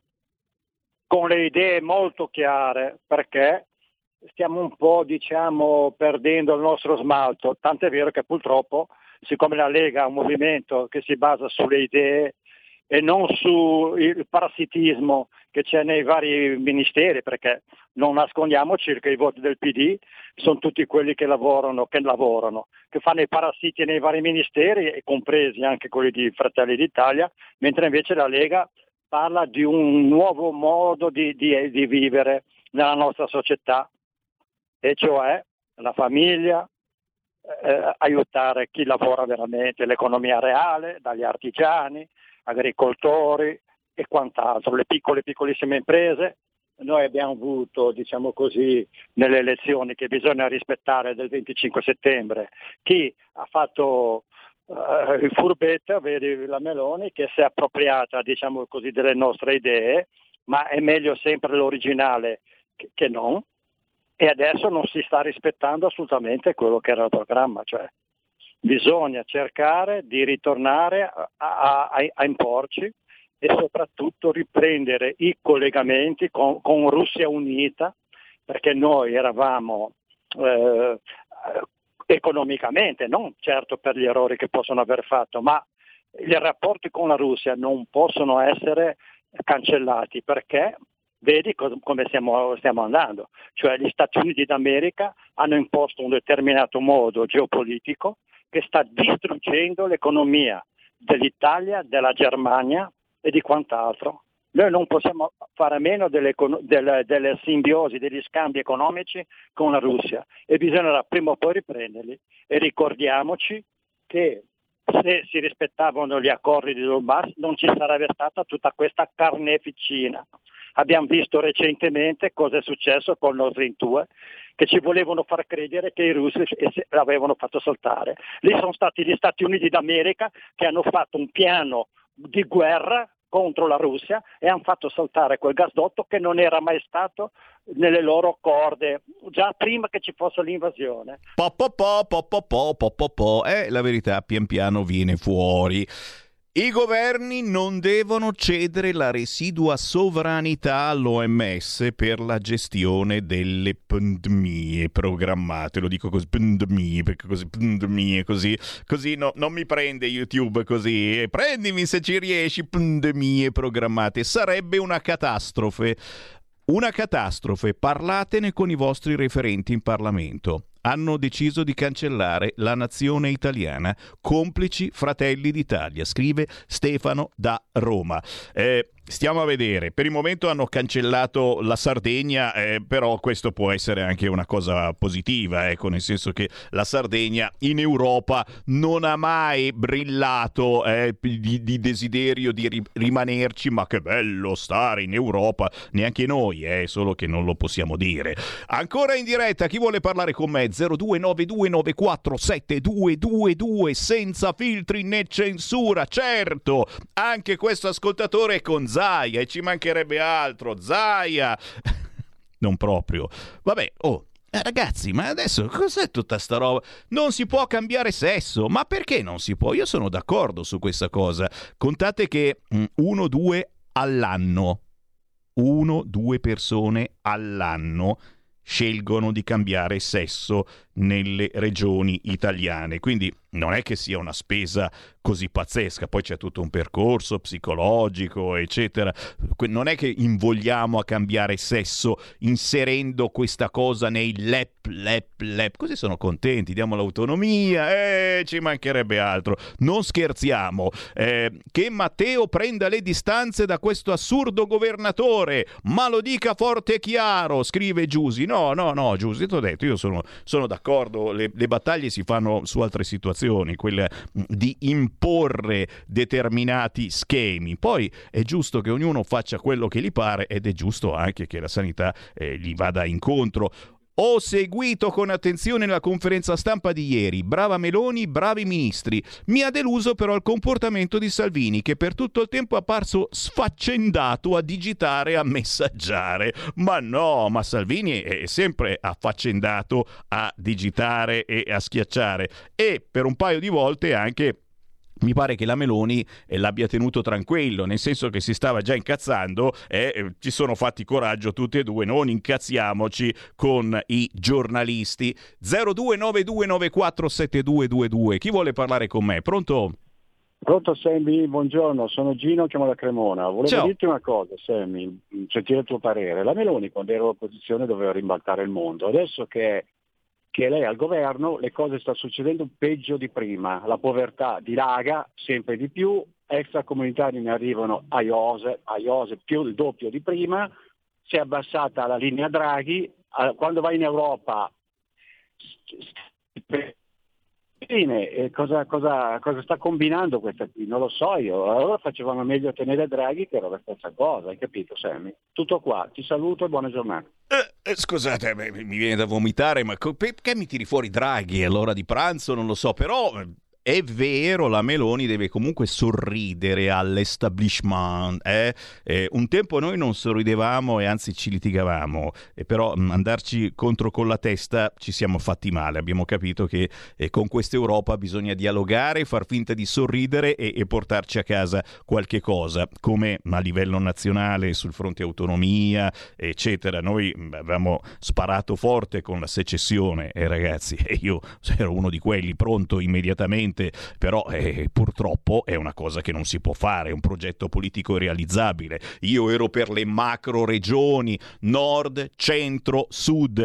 con le idee molto chiare, perché stiamo un po', diciamo, perdendo il nostro smalto. Tant'è vero che purtroppo, siccome la Lega è un movimento che si basa sulle idee e non sul parassitismo che c'è nei vari ministeri, perché non nascondiamoci che i voti del P D sono tutti quelli che lavorano, che lavorano, che fanno i parassiti nei vari ministeri, e compresi anche quelli di Fratelli d'Italia, mentre invece la Lega parla di un nuovo modo di, di, di vivere nella nostra società, e cioè la famiglia, eh, aiutare chi lavora veramente, l'economia reale, dagli artigiani, agricoltori e quant'altro, le piccole e piccolissime imprese. Noi abbiamo avuto, diciamo così, nelle elezioni che bisogna rispettare del venticinque settembre, chi ha fatto uh, il furbetto, vedi la Meloni, che si è appropriata, diciamo così, delle nostre idee, ma è meglio sempre l'originale che, che non, e adesso non si sta rispettando assolutamente quello che era il programma, cioè bisogna cercare di ritornare a, a, a, a imporci e soprattutto riprendere i collegamenti con, con Russia Unita, perché noi eravamo eh, economicamente, non certo per gli errori che possono aver fatto, ma i rapporti con la Russia non possono essere cancellati, perché vedi co- come stiamo, stiamo andando, cioè gli Stati Uniti d'America hanno imposto un determinato modo geopolitico che sta distruggendo l'economia dell'Italia, della Germania e di quant'altro. Noi non possiamo fare a meno delle, delle, delle simbiosi, degli scambi economici con la Russia, e bisognerà prima o poi riprenderli. E ricordiamoci che se si rispettavano gli accordi di Donbass non ci sarebbe stata tutta questa carneficina. Abbiamo visto recentemente cosa è successo con Nord Stream due, che ci volevano far credere che i russi l'avevano fatto saltare. Lì sono stati gli Stati Uniti d'America che hanno fatto un piano di guerra contro la Russia e hanno fatto saltare quel gasdotto che non era mai stato nelle loro corde, già prima che ci fosse l'invasione. Po po po po po po po po po. Eh, la verità pian piano viene fuori. I governi non devono cedere la residua sovranità all'O M S per la gestione delle pandemie programmate. Lo dico così, pandemie, perché così, pandemie, così, così no, non mi prende YouTube così. Prendimi se ci riesci, pandemie programmate. Sarebbe una catastrofe. Una catastrofe. Parlatene con i vostri referenti in Parlamento. Hanno deciso di cancellare la nazione italiana, complici Fratelli d'Italia, scrive Stefano da Roma. Eh, stiamo a vedere, per il momento hanno cancellato la Sardegna, eh, però questo può essere anche una cosa positiva, ecco, nel senso che la Sardegna in Europa non ha mai brillato eh, di, di desiderio di ri- rimanerci, ma che bello stare in Europa, neanche noi, eh, solo che non lo possiamo dire. Ancora in diretta, chi vuole parlare con me? zero due nove due nove quattro sette due due due, senza filtri né censura, certo, anche questo ascoltatore è con Zaia e ci mancherebbe altro, Zaia non proprio, vabbè, oh eh, ragazzi, ma adesso cos'è tutta sta roba? Non si può cambiare sesso, ma perché non si può? Io sono d'accordo su questa cosa, contate che mh, uno, due all'anno uno, due persone all'anno scelgono di cambiare sesso nelle regioni italiane, quindi non è che sia una spesa così pazzesca, poi c'è tutto un percorso psicologico eccetera, non è che invogliamo a cambiare sesso inserendo questa cosa nei L E P, L E P, L E P, così sono contenti, diamo l'autonomia, eh, ci mancherebbe altro, non scherziamo, eh, che Matteo prenda le distanze da questo assurdo governatore, ma lo dica forte e chiaro, scrive Giusi. No, no, no, Giusi, ti ho detto, io sono, sono d'accordo, le, le battaglie si fanno su altre situazioni, quelle di imporre determinati schemi, poi è giusto che ognuno faccia quello che gli pare ed è giusto anche che la sanità eh, gli vada incontro. Ho seguito con attenzione la conferenza stampa di ieri, brava Meloni, bravi ministri. Mi ha deluso però il comportamento di Salvini, che per tutto il tempo è apparso sfaccendato a digitare, a messaggiare. Ma no, ma Salvini è sempre affaccendato a digitare e a schiacciare. E per un paio di volte anche mi pare che la Meloni eh, l'abbia tenuto tranquillo, nel senso che si stava già incazzando e eh, ci sono fatti coraggio tutti e due, non incazziamoci con i giornalisti. Zero due nove due nove quattro sette due due due, chi vuole parlare con me? Pronto? Pronto Sammy, buongiorno, sono Gino, chiamo da Cremona. Volevo Ciao. dirti una cosa Sammy, sentire il tuo parere. La Meloni quando era all'opposizione doveva rimbaltare il mondo, adesso che che lei al governo le cose sta succedendo peggio di prima, la povertà dilaga sempre di più, extracomunitari ne arrivano a Iose, a Iose più il doppio di prima, si è abbassata la linea Draghi, quando vai in Europa, bene, eh, cosa, cosa, cosa sta combinando questa qui? Non lo so io. Allora facevamo meglio tenere Draghi, che era la stessa cosa, hai capito, Sammy? Tutto qua, ti saluto e buona giornata. Eh, scusate, mi viene da vomitare, ma perché mi tiri fuori Draghi all'ora di pranzo? Non lo so, però è vero, la Meloni deve comunque sorridere all'establishment. Eh? Eh, un tempo noi non sorridevamo e anzi ci litigavamo, eh, però mh, andarci contro con la testa ci siamo fatti male. Abbiamo capito che eh, con questa Europa bisogna dialogare, far finta di sorridere e, e portarci a casa qualche cosa, come a livello nazionale sul fronte autonomia, eccetera. Noi mh, avevamo sparato forte con la secessione, eh, ragazzi, e io ero uno di quelli pronto immediatamente. Però eh, purtroppo è una cosa che non si può fare, è un progetto politico realizzabile. Io ero per le macro regioni, nord, centro, sud,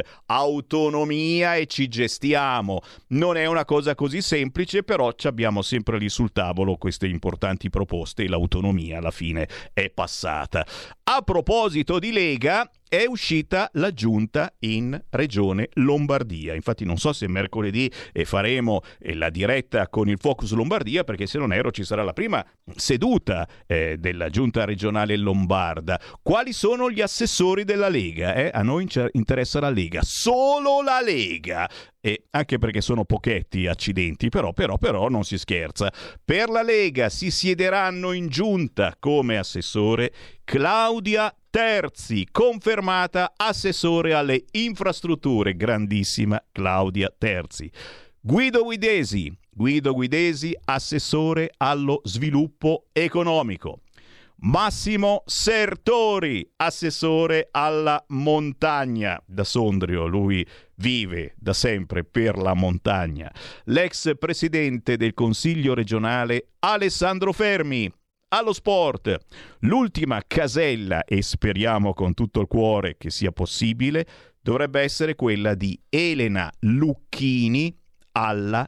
autonomia e ci gestiamo. Non è una cosa così semplice, però ci abbiamo sempre lì sul tavolo queste importanti proposte e l'autonomia alla fine è passata. A proposito di Lega, è uscita la giunta in Regione Lombardia. Infatti non so se mercoledì eh, faremo eh, la diretta con il Focus Lombardia, perché se non erro ci sarà la prima seduta eh, della giunta regionale lombarda. Quali sono gli assessori della Lega? Eh? A noi interessa la Lega, solo la Lega. E anche perché sono pochetti accidenti, però, però, però non si scherza. Per la Lega si siederanno in giunta come assessore Claudia Terzi, confermata assessore alle infrastrutture, grandissima Claudia Terzi. Guido Guidesi, Guido Guidesi, assessore allo sviluppo economico. Massimo Sertori, assessore alla montagna, da Sondrio, lui vive da sempre per la montagna. L'ex presidente del Consiglio regionale Alessandro Fermi, allo sport. L'ultima casella, e speriamo con tutto il cuore che sia possibile, dovrebbe essere quella di Elena Lucchini alla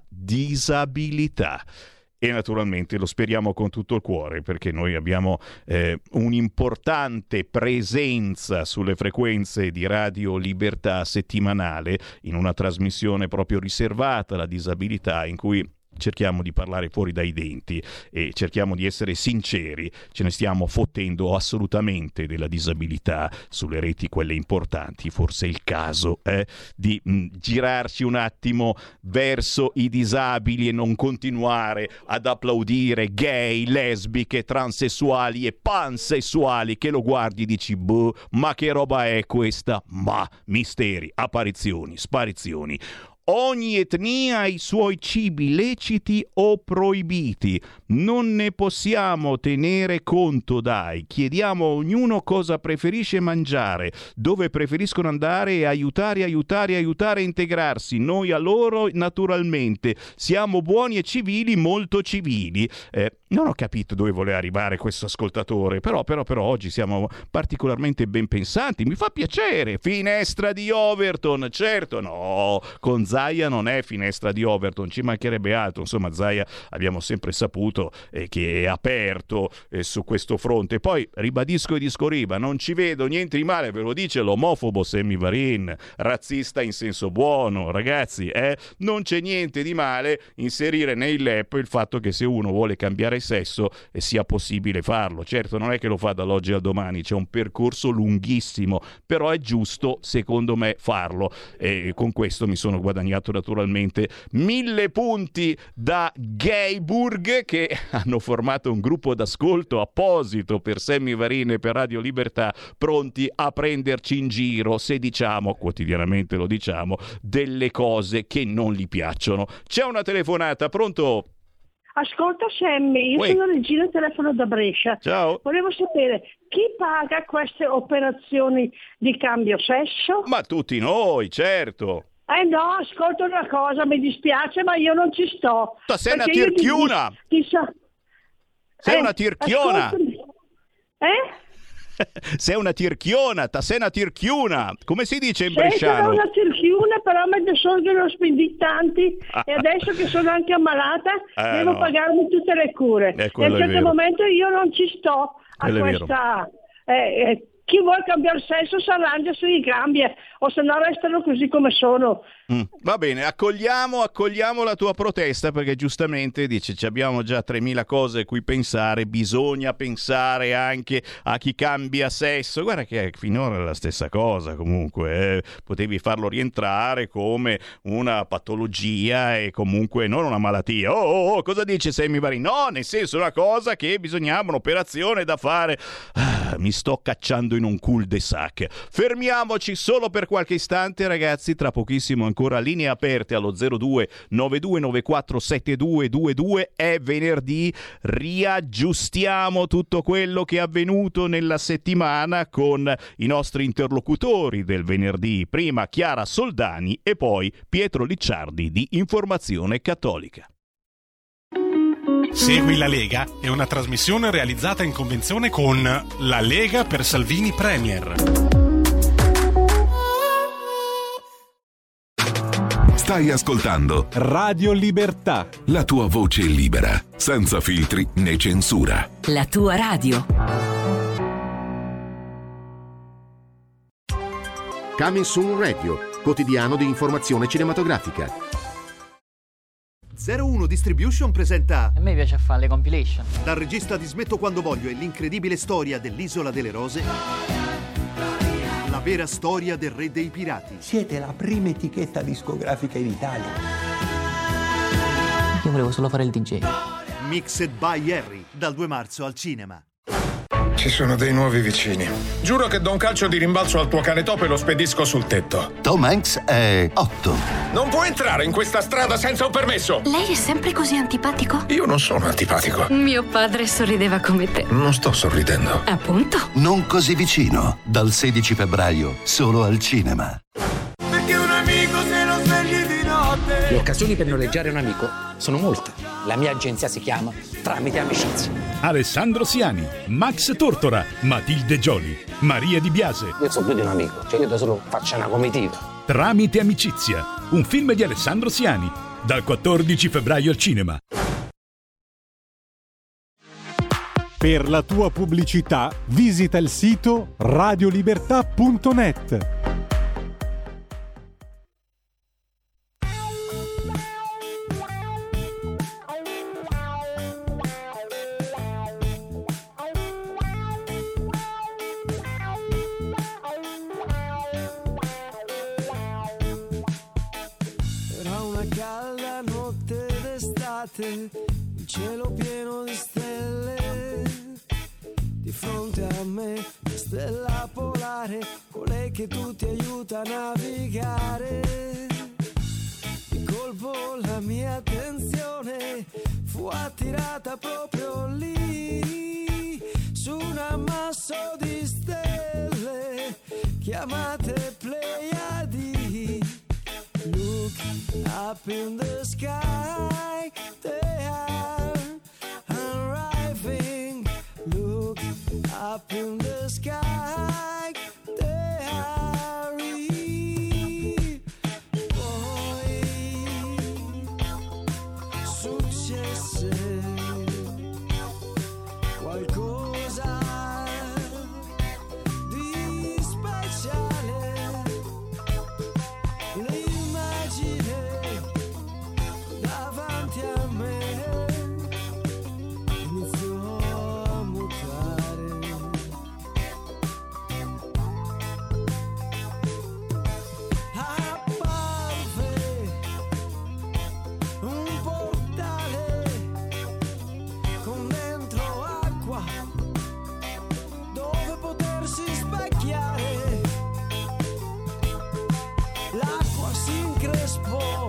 disabilità. E naturalmente lo speriamo con tutto il cuore, perché noi abbiamo eh, un'importante presenza sulle frequenze di Radio Libertà settimanale, in una trasmissione proprio riservata alla disabilità, in cui cerchiamo di parlare fuori dai denti e cerchiamo di essere sinceri. Ce ne stiamo fottendo assolutamente della disabilità sulle reti, quelle importanti. Forse è il caso eh, di mh, girarci un attimo verso i disabili e non continuare ad applaudire gay, lesbiche, transessuali e pansessuali che lo guardi e dici boh, ma che roba è questa? Ma misteri, apparizioni, sparizioni. Ogni etnia ha i suoi cibi leciti o proibiti. Non ne possiamo tenere conto, dai. Chiediamo a ognuno cosa preferisce mangiare, dove preferiscono andare e aiutare, aiutare, aiutare a integrarsi. Noi a loro, naturalmente. Siamo buoni e civili, molto civili. Eh, non ho capito dove voleva arrivare questo ascoltatore, però, però, però oggi siamo particolarmente ben pensanti. Mi fa piacere. Finestra di Overton, certo, no, con Zaia non è finestra di Overton, ci mancherebbe altro. Insomma, Zaia abbiamo sempre saputo eh, che è aperto eh, su questo fronte. Poi ribadisco e discoriba, non ci vedo niente di male, ve lo dice l'omofobo Sammy Varin, razzista in senso buono, ragazzi, eh? Non c'è niente di male inserire nei L E P il fatto che se uno vuole cambiare sesso eh, sia possibile farlo. Certo, non è che lo fa dall'oggi al domani, c'è un percorso lunghissimo, però è giusto secondo me farlo, e con questo mi sono guadagnato naturalmente mille punti da Gayburg, che hanno formato un gruppo d'ascolto apposito per Sammy Varin e per Radio Libertà, pronti a prenderci in giro se diciamo, quotidianamente lo diciamo, delle cose che non gli piacciono. C'è una telefonata, pronto? Ascolta Sammy, io Uè. sono Regina, telefono da Brescia. Ciao. Volevo sapere chi paga queste operazioni di cambio sesso? Ma tutti noi, certo. Eh no, ascolta una cosa, mi dispiace, ma io non ci sto. Ma sei una Perché io ti- tirchiuna. ti- ti so- Sei Eh, una tirchiona. ascoltami. Eh? Sei una tirchiona, ta sei una tirchiuna. Come si dice in Sei bresciano? una tirchiuna, però me ne sono che ne ho spenditi tanti e adesso che sono anche ammalata Eh, devo no. pagarmi tutte le cure. Eh, E a quello un è certo vero. momento io non ci sto a Quello è vero. questa... eh, eh, chi vuole cambiare sesso si arrangia, si ricambia, o se no restano così come sono. Mm, va bene, accogliamo, accogliamo la tua protesta, perché giustamente dice ci abbiamo già tremila cose a cui pensare, bisogna pensare anche a chi cambia sesso. Guarda che finora è la stessa cosa comunque, eh. Potevi farlo rientrare come una patologia e comunque non una malattia. Oh, oh, oh, cosa dice Sammy Varin? No, nel senso, una cosa che bisognava, un'operazione da fare. Ah, mi sto cacciando in un cul-de-sac. Fermiamoci solo per qualche istante, ragazzi, tra pochissimo ancora linee aperte allo zero due nove due nove quattro sette due due due. È venerdì, riaggiustiamo tutto quello che è avvenuto nella settimana con i nostri interlocutori del venerdì, prima Chiara Soldani e poi Pietro Licciardi di Informazione Cattolica. Segui la Lega è una trasmissione realizzata in convenzione con La Lega per Salvini Premier. Stai ascoltando Radio Libertà, la tua voce libera, senza filtri né censura. La tua radio. Coming Soon Radio, quotidiano di informazione cinematografica. zero uno Distribution presenta A me piace fare le compilation. dal regista di Smetto quando voglio e l'incredibile storia dell'Isola delle Rose, la vera storia del re dei pirati. Siete la prima etichetta discografica in Italia. Io volevo solo fare il D J. Mixed by Harry, dal due marzo al cinema. Ci sono dei nuovi vicini. Giuro che do un calcio di rimbalzo al tuo cane topo e lo spedisco sul tetto. Tom Hanks è otto. Non può entrare in questa strada senza un permesso. Lei è sempre così antipatico? Io non sono antipatico. Mio padre sorrideva come te. Non sto sorridendo. Appunto. Non così vicino. Dal sedici febbraio, solo al cinema. Perché un amico se lo svegli di notte. Le occasioni per noleggiare un amico sono molte. La mia agenzia si chiama Tramite Amicizia. Alessandro Siani, Max Tortora, Matilde Gioli, Maria Di Biase. Io sono più di un amico, cioè io da solo faccio una comitiva. Tramite Amicizia, un film di Alessandro Siani, dal quattordici febbraio al cinema. Per la tua pubblicità visita il sito radiolibertà punto net. Il cielo pieno di stelle, di fronte a me una stella polare, colei che tu ti aiuta a navigare. Di colpo la mia attenzione fu attirata proprio lì, su un ammasso di stelle chiamate Pleiadi. Look up in the sky, they are arriving. Look up in the sky, they are here. Poi successe qualcosa di speciale. L'immagine davanti a me iniziò a mutare. Apparve un portale con dentro acqua dove potersi specchiare. L'acqua si increspò,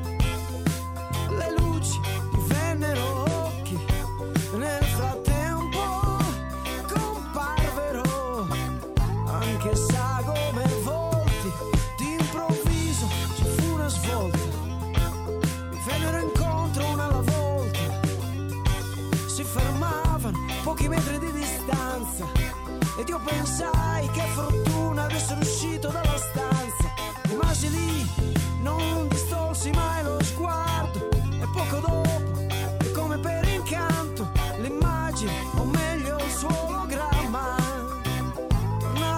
le luci divennero occhi, nel frattempo comparvero anche sagome e volti. D'improvviso ci fu una svolta, mi vennero incontro una alla volta, si fermavano pochi metri di distanza ed io pensai che fortuna di essere uscito dalla stanza. Rimasi lì, non distolsi mai lo sguardo e poco dopo, come per incanto, l'immagine, o meglio il suo ologramma, tornava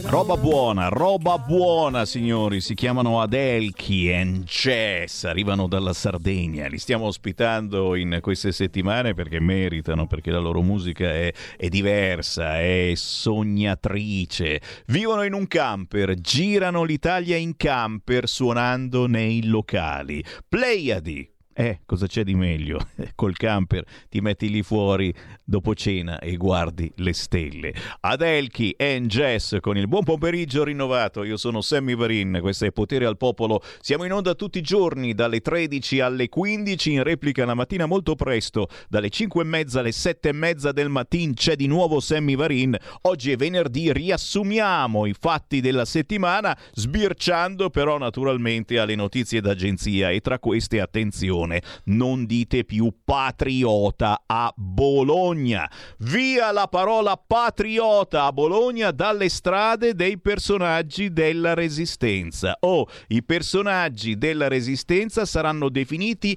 Roba buona, roba buona signori, si chiamano Adelchi and Jazz, arrivano dalla Sardegna, li stiamo ospitando in queste settimane perché meritano, perché la loro musica è, è diversa, è sognatrice, vivono in un camper, girano l'Italia in camper suonando nei locali, Pleiadi. Eh, cosa c'è di meglio? Col camper ti metti lì fuori dopo cena e guardi le stelle. Adelchi and Jazz con il buon pomeriggio rinnovato. Io sono Sammy Varin, questo è Potere al Popolo. Siamo in onda tutti i giorni dalle tredici alle quindici, in replica la mattina molto presto, dalle cinque e mezza alle sette e mezza del mattino c'è di nuovo Sammy Varin. Oggi è venerdì, riassumiamo i fatti della settimana, sbirciando però naturalmente alle notizie d'agenzia, e tra queste attenzione, non dite più patriota a Bologna. Via la parola patriota a Bologna dalle strade dei personaggi della Resistenza. Oh, i personaggi della Resistenza saranno definiti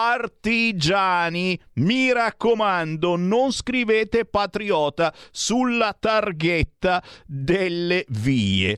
partigiani. Mi raccomando, non scrivete patriota sulla targhetta delle vie.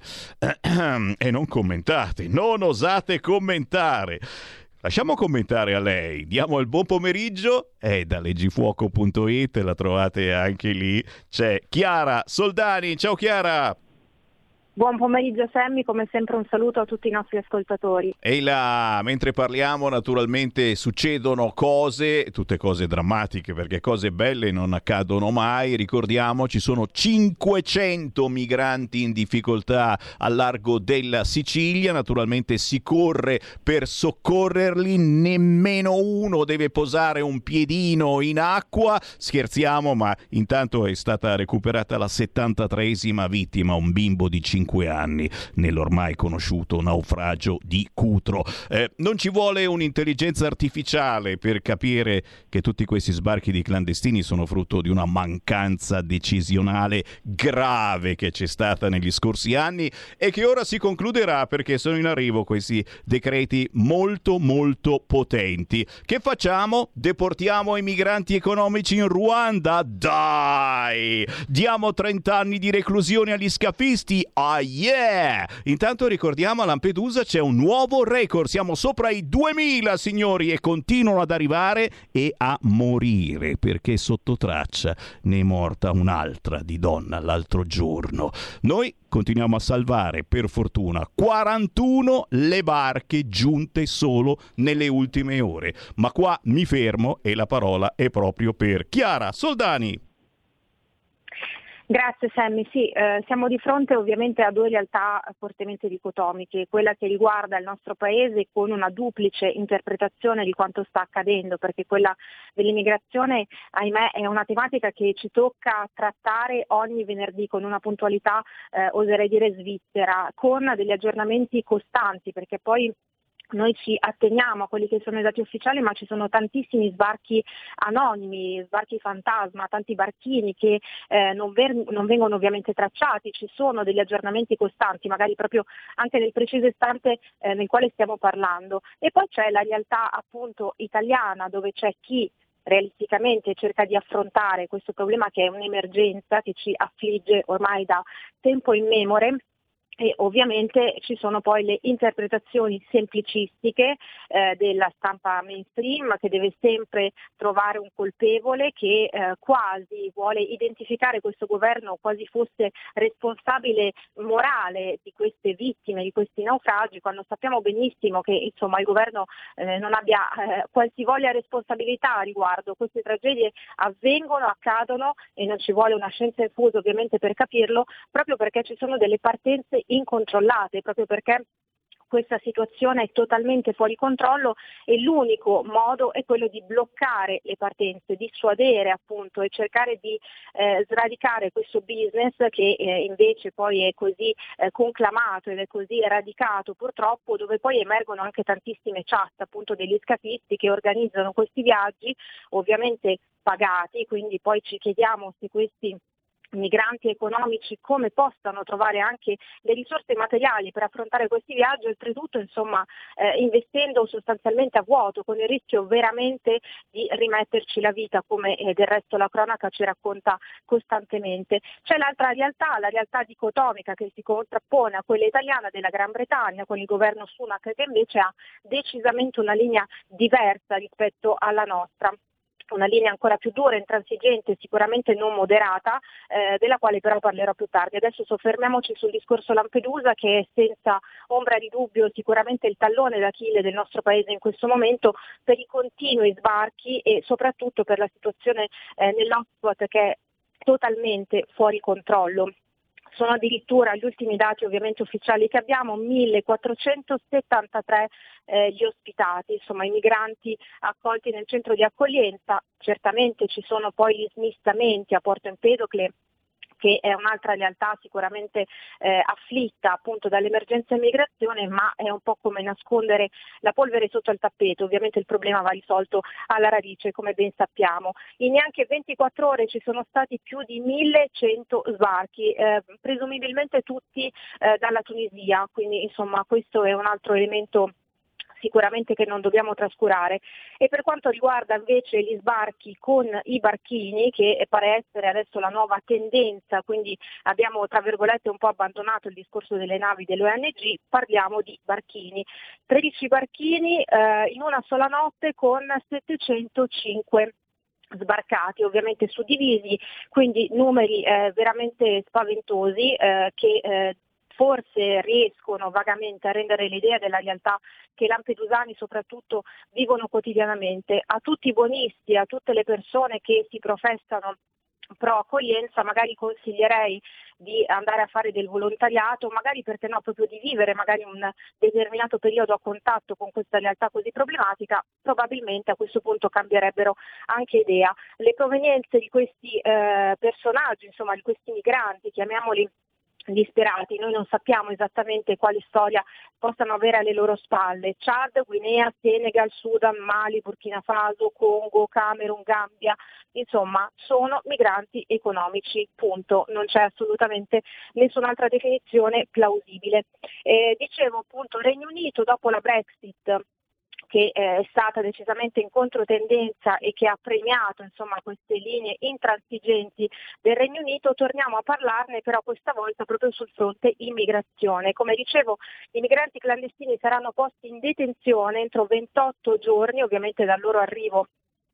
E non commentate, non osate commentare. Lasciamo commentare a lei, diamo il buon pomeriggio e da leggifuoco punto it la trovate anche lì, c'è Chiara Soldani. Ciao Chiara! Buon pomeriggio Sammy, come sempre un saluto a tutti i nostri ascoltatori. E là, mentre parliamo naturalmente succedono cose, tutte cose drammatiche perché cose belle non accadono mai. Ricordiamo, ci sono cinquecento migranti in difficoltà al largo della Sicilia, naturalmente si corre per soccorrerli, nemmeno uno deve posare un piedino in acqua. Scherziamo, ma intanto è stata recuperata la settantatreesima vittima, un bimbo di cinque anni nell'ormai conosciuto naufragio di Cutro. Eh, non ci vuole un'intelligenza artificiale per capire che tutti questi sbarchi di clandestini sono frutto di una mancanza decisionale grave che c'è stata negli scorsi anni e che ora si concluderà perché sono in arrivo questi decreti molto molto potenti. Che facciamo? Deportiamo i migranti economici in Ruanda? Dai! Diamo trenta anni di reclusione agli scafisti? Ah yeah! Intanto ricordiamo, a Lampedusa c'è un nuovo record, siamo sopra i duemila signori e continuano ad arrivare e a morire perché sotto traccia ne è morta un'altra di donna l'altro giorno. Noi continuiamo a salvare, per fortuna, quarantuno le barche giunte solo nelle ultime ore. Ma qua mi fermo e la parola è proprio per Chiara Soldani. Grazie Sammy, sì, eh, siamo di fronte ovviamente a due realtà fortemente dicotomiche, quella che riguarda il nostro paese con una duplice interpretazione di quanto sta accadendo, perché quella dell'immigrazione, ahimè, è una tematica che ci tocca trattare ogni venerdì con una puntualità, eh, oserei dire svizzera, con degli aggiornamenti costanti, perché poi noi ci atteniamo a quelli che sono i dati ufficiali, ma ci sono tantissimi sbarchi anonimi, sbarchi fantasma, tanti barchini che eh, non, ver- non vengono ovviamente tracciati, ci sono degli aggiornamenti costanti, magari proprio anche nel preciso istante eh, nel quale stiamo parlando. E poi c'è la realtà appunto italiana, dove c'è chi realisticamente cerca di affrontare questo problema che è un'emergenza che ci affligge ormai da tempo immemore. E ovviamente ci sono poi le interpretazioni semplicistiche eh, della stampa mainstream, che deve sempre trovare un colpevole, che eh, quasi vuole identificare questo governo quasi fosse responsabile morale di queste vittime, di questi naufragi, quando sappiamo benissimo che insomma il governo eh, non abbia eh, qualsivoglia responsabilità a riguardo. Queste tragedie avvengono, accadono e non ci vuole una scienza infusa ovviamente per capirlo, proprio perché ci sono delle partenze incontrollate, proprio perché questa situazione è totalmente fuori controllo e l'unico modo è quello di bloccare le partenze, dissuadere appunto e cercare di eh, sradicare questo business che eh, invece poi è così eh, conclamato ed è così radicato purtroppo, dove poi emergono anche tantissime chat appunto degli scafisti che organizzano questi viaggi, ovviamente pagati, quindi poi ci chiediamo se questi migranti economici come possano trovare anche le risorse materiali per affrontare questi viaggi, oltretutto insomma eh, investendo sostanzialmente a vuoto, con il rischio veramente di rimetterci la vita, come eh, del resto la cronaca ci racconta costantemente. C'è l'altra realtà, la realtà dicotomica che si contrappone a quella italiana della Gran Bretagna, con il governo Sunak che invece ha decisamente una linea diversa rispetto alla nostra. Una linea ancora più dura, intransigente, sicuramente non moderata, eh, della quale però parlerò più tardi. Adesso soffermiamoci sul discorso Lampedusa, che è senza ombra di dubbio sicuramente il tallone d'Achille del nostro paese in questo momento, per i continui sbarchi e soprattutto per la situazione eh, nell'hotspot che è totalmente fuori controllo. Sono addirittura gli ultimi dati ovviamente ufficiali che abbiamo, millequattrocentosettantatré eh, gli ospitati, insomma i migranti accolti nel centro di accoglienza. Certamente ci sono poi gli smistamenti a Porto Empedocle, che è un'altra realtà sicuramente eh, afflitta appunto dall'emergenza immigrazione, ma è un po' come nascondere la polvere sotto il tappeto. Ovviamente il problema va risolto alla radice, come ben sappiamo. In neanche ventiquattro ore ci sono stati più di millecento sbarchi, eh, presumibilmente tutti eh, dalla Tunisia, quindi insomma questo è un altro elemento sicuramente che non dobbiamo trascurare. E per quanto riguarda invece gli sbarchi con i barchini, che pare essere adesso la nuova tendenza, quindi abbiamo tra virgolette un po' abbandonato il discorso delle navi dell'O N G, parliamo di barchini. tredici barchini eh, in una sola notte con settecentocinque sbarcati, ovviamente suddivisi, quindi numeri eh, veramente spaventosi eh, che eh, forse riescono vagamente a rendere l'idea della realtà che i lampedusani soprattutto vivono quotidianamente. A tutti i buonisti, a tutte le persone che si professano pro accoglienza, magari consiglierei di andare a fare del volontariato, magari perché no, proprio di vivere magari un determinato periodo a contatto con questa realtà così problematica. Probabilmente a questo punto cambierebbero anche idea. Le provenienze di questi eh, personaggi, insomma di questi migranti, chiamiamoli disperati, noi non sappiamo esattamente quali storia possano avere alle loro spalle. Chad, Guinea, Senegal, Sudan, Mali, Burkina Faso, Congo, Camerun, Gambia, insomma sono migranti economici, punto, non c'è assolutamente nessun'altra definizione plausibile. Eh, dicevo appunto Regno Unito dopo la Brexit, che è stata decisamente in controtendenza e che ha premiato insomma queste linee intransigenti del Regno Unito, torniamo a parlarne però questa volta proprio sul fronte immigrazione. Come dicevo, i migranti clandestini saranno posti in detenzione entro ventotto giorni, ovviamente dal loro arrivo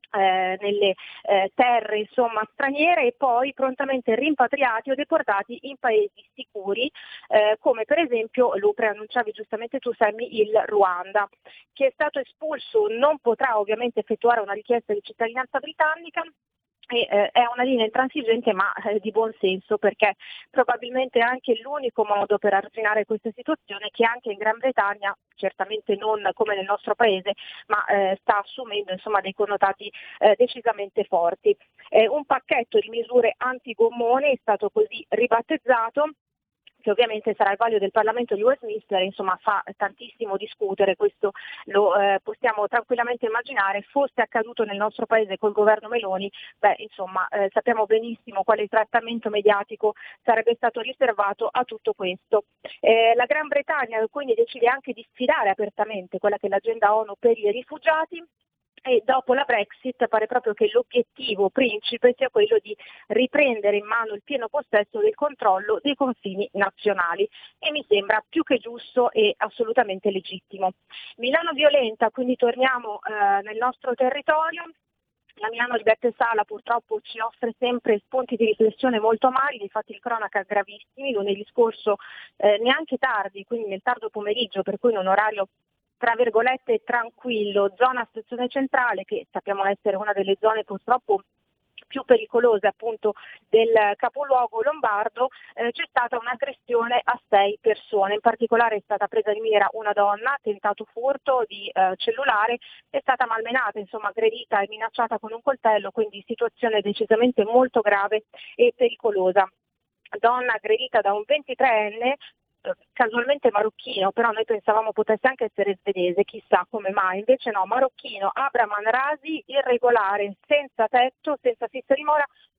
Eh, nelle eh, terre insomma straniere, e poi prontamente rimpatriati o deportati in paesi sicuri eh, come per esempio, lo preannunciavi giustamente tu Sammy, il Ruanda. Chi è stato espulso non potrà ovviamente effettuare una richiesta di cittadinanza britannica. E, eh, è una linea intransigente ma eh, di buon senso, perché probabilmente è anche l'unico modo per arginare questa situazione che anche in Gran Bretagna, certamente non come nel nostro paese, ma eh, sta assumendo insomma dei connotati eh, decisamente forti. Eh, un pacchetto di misure antigommone è stato così ribattezzato, che ovviamente sarà il vaglio del Parlamento di Westminster, insomma fa tantissimo discutere, questo lo eh, possiamo tranquillamente immaginare. Fosse accaduto nel nostro paese col governo Meloni, beh insomma eh, sappiamo benissimo quale trattamento mediatico sarebbe stato riservato a tutto questo. Eh, la Gran Bretagna quindi decide anche di sfidare apertamente quella che è l'agenda ONU per i rifugiati, e dopo la Brexit pare proprio che l'obiettivo principe sia quello di riprendere in mano il pieno possesso del controllo dei confini nazionali, e mi sembra più che giusto e assolutamente legittimo. Milano violenta, quindi torniamo eh, nel nostro territorio. La Milano di Beppe Sala purtroppo ci offre sempre spunti di riflessione molto amari, infatti il cronaca gravissimi. Lunedì scorso eh, neanche tardi, quindi nel tardo pomeriggio, per cui in un orario tra virgolette tranquillo, zona stazione centrale, che sappiamo essere una delle zone purtroppo più pericolose appunto del capoluogo lombardo, eh, c'è stata un'aggressione a sei persone. In particolare è stata presa di mira una donna, tentato furto di eh, cellulare, è stata malmenata, insomma aggredita e minacciata con un coltello, quindi situazione decisamente molto grave e pericolosa. Donna aggredita da un ventitreenne, casualmente marocchino, però noi pensavamo potesse anche essere svedese, chissà come mai, invece no, marocchino, Abraman Rasi, irregolare, senza tetto, senza fissa dimora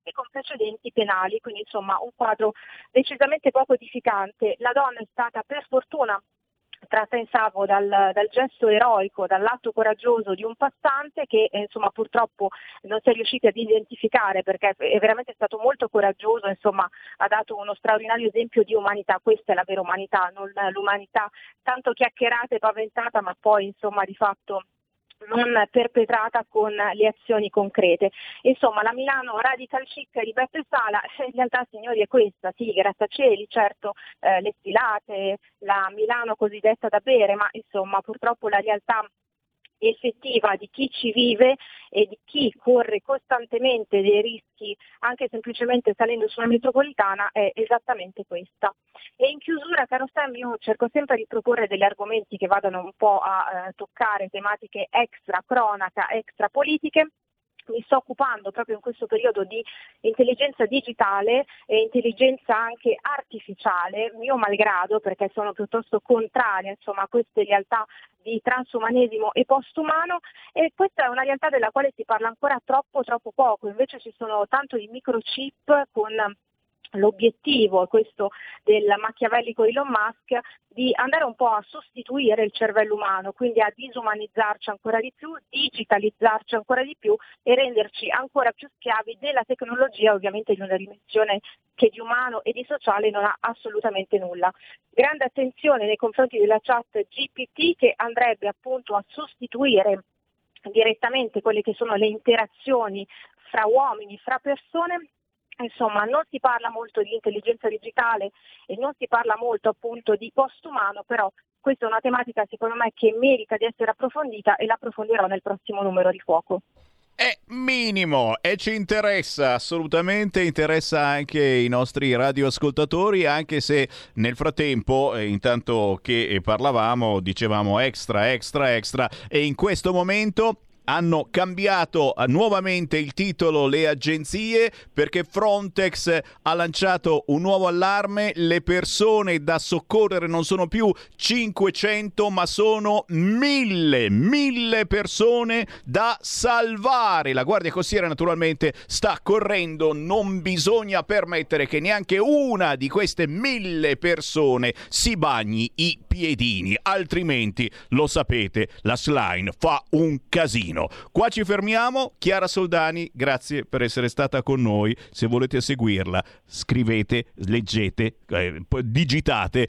e con precedenti penali, quindi insomma un quadro decisamente poco edificante. La donna è stata per fortuna tratta in salvo dal, dal gesto eroico, dall'atto coraggioso di un passante che eh, insomma purtroppo non si è riusciti ad identificare, perché è veramente stato molto coraggioso, insomma ha dato uno straordinario esempio di umanità. Questa è la vera umanità, non l'umanità tanto chiacchierata e paventata, ma poi insomma di fatto non perpetrata con le azioni concrete. Insomma, la Milano radical chic di Beppe Sala, in realtà signori è questa, sì, grattacieli, certo, eh, le sfilate, la Milano cosiddetta da bere, ma insomma purtroppo la realtà effettiva di chi ci vive e di chi corre costantemente dei rischi anche semplicemente salendo su una metropolitana è esattamente questa. E in chiusura, caro Sam, io cerco sempre di proporre degli argomenti che vadano un po' a eh, toccare tematiche extra cronaca, extra politiche. Mi sto occupando proprio in questo periodo di intelligenza digitale e intelligenza anche artificiale, mio malgrado, perché sono piuttosto contraria insomma, a queste realtà di transumanesimo e postumano, e questa è una realtà della quale si parla ancora troppo troppo poco. Invece ci sono tanto di microchip con l'obiettivo, questo del machiavellico Elon Musk, di andare un po' a sostituire il cervello umano, quindi a disumanizzarci ancora di più, digitalizzarci ancora di più e renderci ancora più schiavi della tecnologia, ovviamente di una dimensione che di umano e di sociale non ha assolutamente nulla. Grande attenzione nei confronti della chat G P T, che andrebbe appunto a sostituire direttamente quelle che sono le interazioni fra uomini, fra persone. Insomma, non si parla molto di intelligenza digitale e non si parla molto appunto di postumano, però questa è una tematica secondo me che merita di essere approfondita e l'approfondirò nel prossimo numero di Fuoco. È minimo e ci interessa, assolutamente interessa anche i nostri radioascoltatori, anche se nel frattempo, eh, intanto che parlavamo, dicevamo extra, extra, extra, e in questo momento hanno cambiato nuovamente il titolo le agenzie, perché Frontex ha lanciato un nuovo allarme. Le persone da soccorrere non sono più cinquecento ma sono mille, mille persone da salvare. La Guardia Costiera naturalmente sta correndo, non bisogna permettere che neanche una di queste mille persone si bagni i piedini, altrimenti lo sapete, la slime fa un casino. Qua ci fermiamo. Chiara Soldani, grazie per essere stata con noi. Se volete seguirla, scrivete, leggete, eh, digitate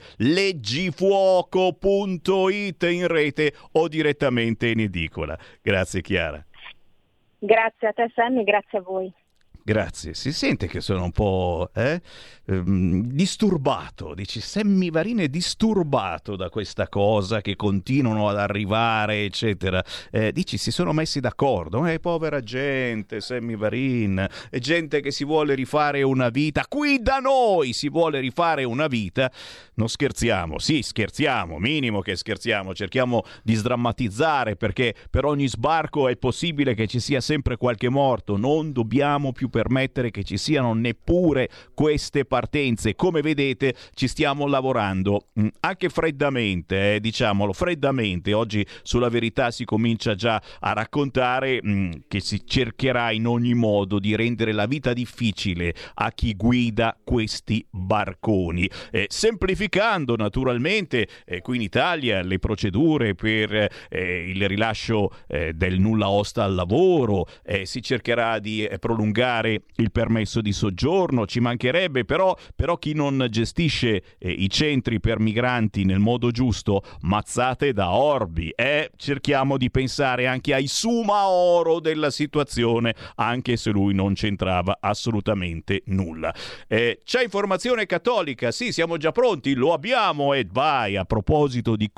leggifuoco punto it in rete o direttamente in edicola. Grazie Chiara. Grazie a te Sammy, grazie a voi. Grazie, si sente che sono un po' eh, ehm, disturbato, dici Sammy Varin è disturbato da questa cosa che continuano ad arrivare eccetera, eh, dici si sono messi d'accordo, eh, povera gente, Sammy Varin, è gente che si vuole rifare una vita, qui da noi si vuole rifare una vita, non scherziamo, sì scherziamo, minimo che scherziamo, cerchiamo di sdrammatizzare perché per ogni sbarco è possibile che ci sia sempre qualche morto, non dobbiamo più permettere che ci siano neppure queste partenze. Come vedete ci stiamo lavorando mh, anche freddamente, eh, diciamolo freddamente. Oggi sulla Verità si comincia già a raccontare mh, che si cercherà in ogni modo di rendere la vita difficile a chi guida questi barconi, eh, semplificando naturalmente eh, qui in Italia le procedure per eh, il rilascio eh, del nulla osta al lavoro, eh, si cercherà di eh, prolungare il permesso di soggiorno, ci mancherebbe, però, però chi non gestisce eh, i centri per migranti nel modo giusto, mazzate da orbi. Eh, cerchiamo di pensare anche ai Sumaoro della situazione, anche se lui non c'entrava assolutamente nulla. Eh, c'è informazione cattolica, sì, siamo già pronti, lo abbiamo, e vai, a proposito di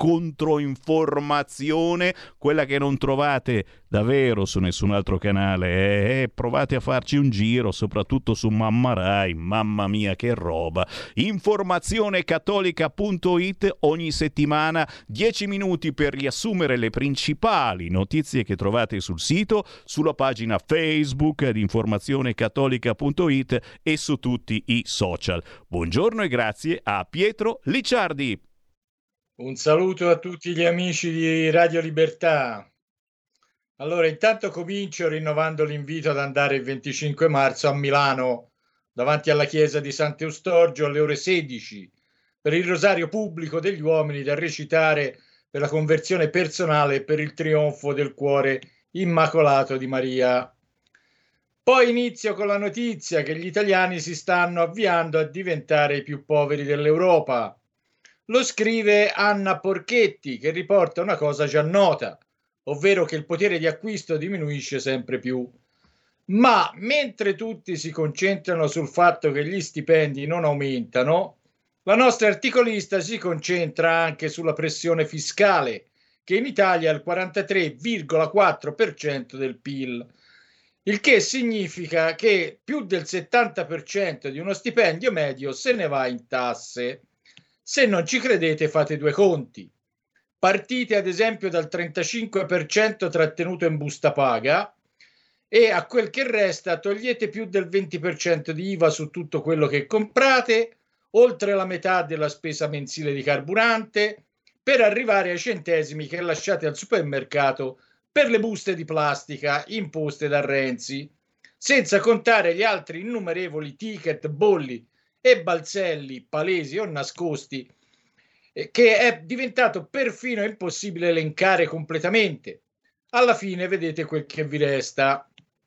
controinformazione, quella che non trovate davvero su nessun altro canale, eh, eh, provate a farci un giro, soprattutto su Mamma Rai, mamma mia che roba. informazione cattolica punto it, ogni settimana dieci minuti per riassumere le principali notizie che trovate sul sito, sulla pagina Facebook di informazione cattolica punto it e su tutti i social. Buongiorno e grazie a Pietro Licciardi. Un saluto a tutti gli amici di Radio Libertà. Allora, intanto comincio rinnovando l'invito ad andare il venticinque marzo a Milano, davanti alla chiesa di Sant'Eustorgio, alle ore sedici, per il rosario pubblico degli uomini da recitare per la conversione personale e per il trionfo del cuore immacolato di Maria. Poi inizio con la notizia che gli italiani si stanno avviando a diventare i più poveri dell'Europa. Lo scrive Anna Porchetti, che riporta una cosa già nota, ovvero che il potere di acquisto diminuisce sempre più. Ma mentre tutti si concentrano sul fatto che gli stipendi non aumentano, la nostra articolista si concentra anche sulla pressione fiscale, che in Italia è il quarantatré virgola quattro per cento del P I L, il che significa che più del settanta per cento di uno stipendio medio se ne va in tasse. Se non ci credete, fate due conti. Partite ad esempio dal trentacinque per cento trattenuto in busta paga e a quel che resta togliete più del venti per cento di I V A su tutto quello che comprate, oltre la metà della spesa mensile di carburante, per arrivare ai centesimi che lasciate al supermercato per le buste di plastica imposte da Renzi, senza contare gli altri innumerevoli ticket, bolli e balzelli palesi o nascosti che è diventato perfino impossibile elencare completamente. Alla fine vedete quel che vi resta.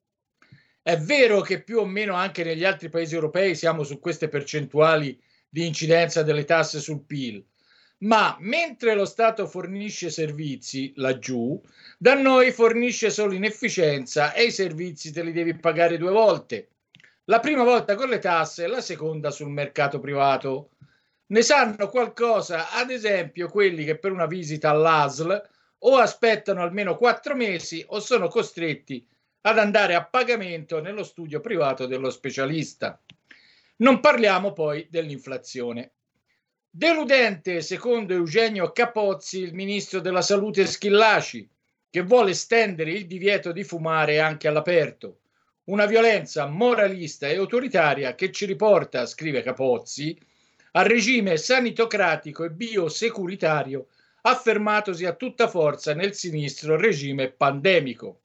È vero che più o meno anche negli altri paesi europei siamo su queste percentuali di incidenza delle tasse sul P I L, ma mentre lo Stato fornisce servizi laggiù, da noi fornisce solo inefficienza e i servizi te li devi pagare due volte. La prima volta con le tasse e la seconda sul mercato privato. Ne sanno qualcosa, ad esempio, quelli che per una visita all'A S L o aspettano almeno quattro mesi o sono costretti ad andare a pagamento nello studio privato dello specialista. Non parliamo poi dell'inflazione. Deludente, secondo Eugenio Capozzi, il ministro della Salute Schillaci, che vuole estendere il divieto di fumare anche all'aperto. Una violenza moralista e autoritaria che ci riporta, scrive Capozzi, al regime sanitocratico e biosecuritario affermatosi a tutta forza nel sinistro regime pandemico.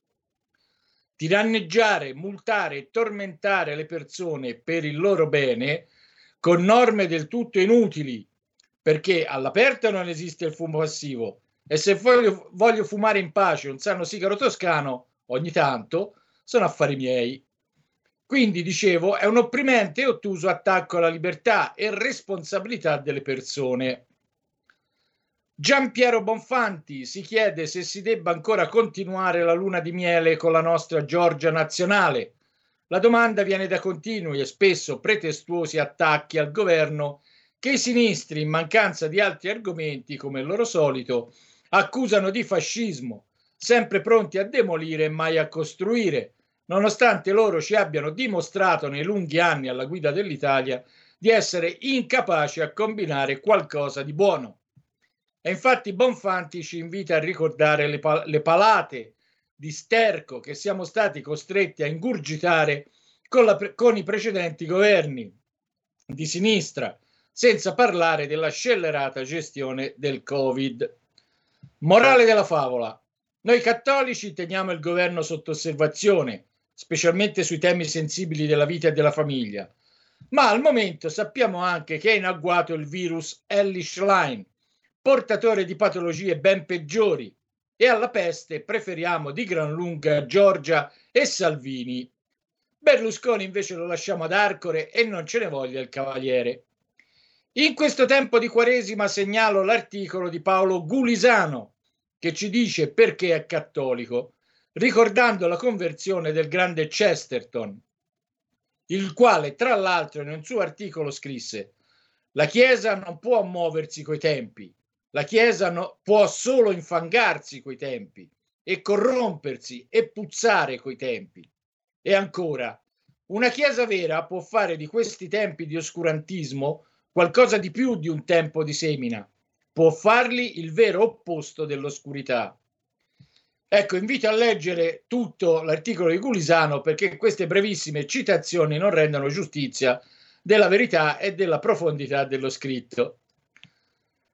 Tiranneggiare, multare e tormentare le persone per il loro bene con norme del tutto inutili, perché all'aperto non esiste il fumo passivo e se voglio, voglio fumare in pace un sano sigaro toscano ogni tanto, sono affari miei. Quindi, dicevo, è un opprimente e ottuso attacco alla libertà e responsabilità delle persone. Giampiero Bonfanti si chiede se si debba ancora continuare la luna di miele con la nostra Giorgia nazionale. La domanda viene da continui e spesso pretestuosi attacchi al governo che i sinistri, in mancanza di altri argomenti, come il loro solito, accusano di fascismo, sempre pronti a demolire e mai a costruire, nonostante loro ci abbiano dimostrato nei lunghi anni alla guida dell'Italia di essere incapaci a combinare qualcosa di buono. E infatti Bonfanti ci invita a ricordare le, pal- le palate di sterco che siamo stati costretti a ingurgitare con, la pre- con i precedenti governi di sinistra, senza parlare della scellerata gestione del Covid. Morale della favola. Noi cattolici teniamo il governo sotto osservazione, specialmente sui temi sensibili della vita e della famiglia, ma al momento sappiamo anche che è in agguato il virus Ellis-Schlein, portatore di patologie ben peggiori, e alla peste preferiamo di gran lunga Giorgia e Salvini. Berlusconi invece lo lasciamo ad Arcore e non ce ne voglia il cavaliere. In questo tempo di Quaresima segnalo l'articolo di Paolo Gulisano che ci dice perché è cattolico, ricordando la conversione del grande Chesterton, il quale tra l'altro in un suo articolo scrisse: la Chiesa non può muoversi coi tempi, la Chiesa no, può solo infangarsi coi tempi e corrompersi e puzzare coi tempi. E ancora, una Chiesa vera può fare di questi tempi di oscurantismo qualcosa di più di un tempo di semina, può farli il vero opposto dell'oscurità. Ecco, invito a leggere tutto l'articolo di Gulisano perché queste brevissime citazioni non rendono giustizia della verità e della profondità dello scritto.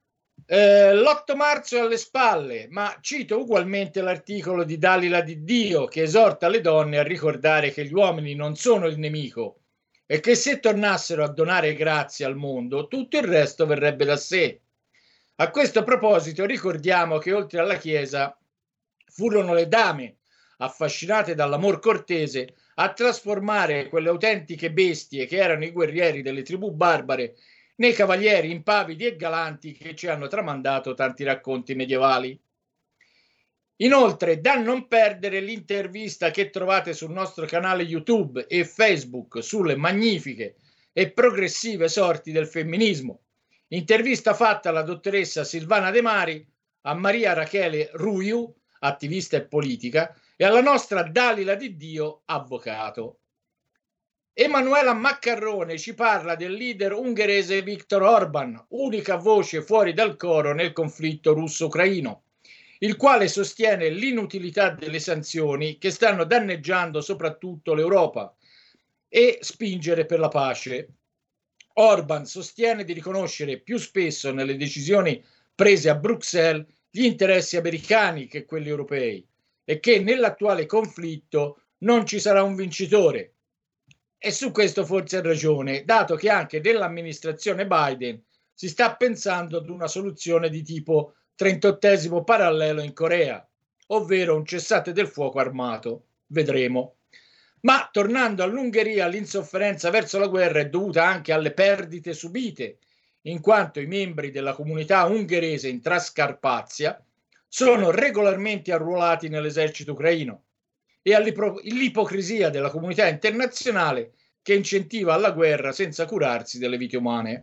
Eh, l'otto marzo è alle spalle, ma cito ugualmente l'articolo di Dalila Di Dio che esorta le donne a ricordare che gli uomini non sono il nemico e che se tornassero a donare grazie al mondo, tutto il resto verrebbe da sé. A questo proposito ricordiamo che oltre alla Chiesa furono le dame, affascinate dall'amor cortese, a trasformare quelle autentiche bestie che erano i guerrieri delle tribù barbare nei cavalieri impavidi e galanti che ci hanno tramandato tanti racconti medievali. Inoltre, da non perdere l'intervista che trovate sul nostro canale YouTube e Facebook sulle magnifiche e progressive sorti del femminismo. Intervista fatta alla dottoressa Silvana De Mari, a Maria Rachele Ruiu, attivista e politica, e alla nostra Dalila Di Dio, avvocato. Emanuela Maccarrone ci parla del leader ungherese Viktor Orban, unica voce fuori dal coro nel conflitto russo-ucraino, il quale sostiene l'inutilità delle sanzioni che stanno danneggiando soprattutto l'Europa e spingere per la pace. Orban sostiene di riconoscere più spesso nelle decisioni prese a Bruxelles gli interessi americani che quelli europei e che nell'attuale conflitto non ci sarà un vincitore. E su questo forse ha ragione, dato che anche nell'amministrazione Biden si sta pensando ad una soluzione di tipo trentottesimo parallelo in Corea, ovvero un cessate del fuoco armato. Vedremo. Ma tornando all'Ungheria, l'insofferenza verso la guerra è dovuta anche alle perdite subite, in quanto i membri della comunità ungherese in Trascarpazia sono regolarmente arruolati nell'esercito ucraino, e all'ipocrisia della comunità internazionale che incentiva alla guerra senza curarsi delle vite umane.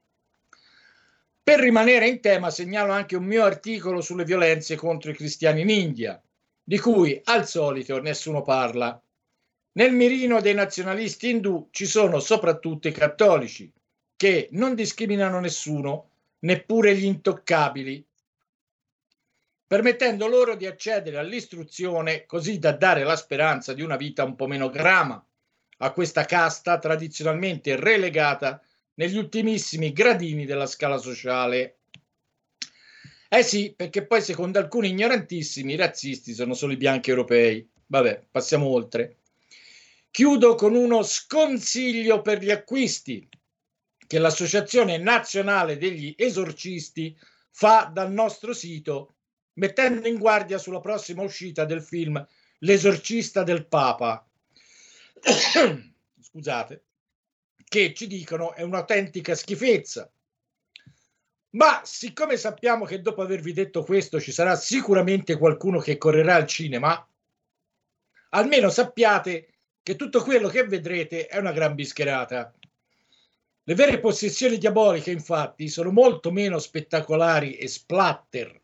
Per rimanere in tema segnalo anche un mio articolo sulle violenze contro i cristiani in India, di cui al solito nessuno parla. Nel mirino dei nazionalisti indù ci sono soprattutto i cattolici, che non discriminano nessuno, neppure gli intoccabili, permettendo loro di accedere all'istruzione così da dare la speranza di una vita un po' meno grama a questa casta tradizionalmente relegata negli ultimissimi gradini della scala sociale. Eh sì, perché poi secondo alcuni ignorantissimi i razzisti sono solo i bianchi europei. Vabbè, passiamo oltre. Chiudo con uno sconsiglio per gli acquisti che l'Associazione Nazionale degli Esorcisti fa dal nostro sito, mettendo in guardia sulla prossima uscita del film L'esorcista del Papa. Scusate, che ci dicono è un'autentica schifezza. Ma siccome sappiamo che dopo avervi detto questo ci sarà sicuramente qualcuno che correrà al cinema, almeno sappiate che tutto quello che vedrete è una gran bischerata. Le vere possessioni diaboliche, infatti, sono molto meno spettacolari e splatter.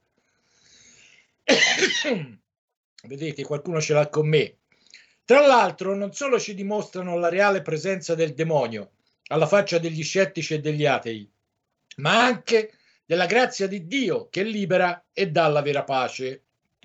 Vedete, qualcuno ce l'ha con me. Tra l'altro, non solo ci dimostrano la reale presenza del demonio, alla faccia degli scettici e degli atei, ma anche della grazia di Dio che libera e dà la vera pace.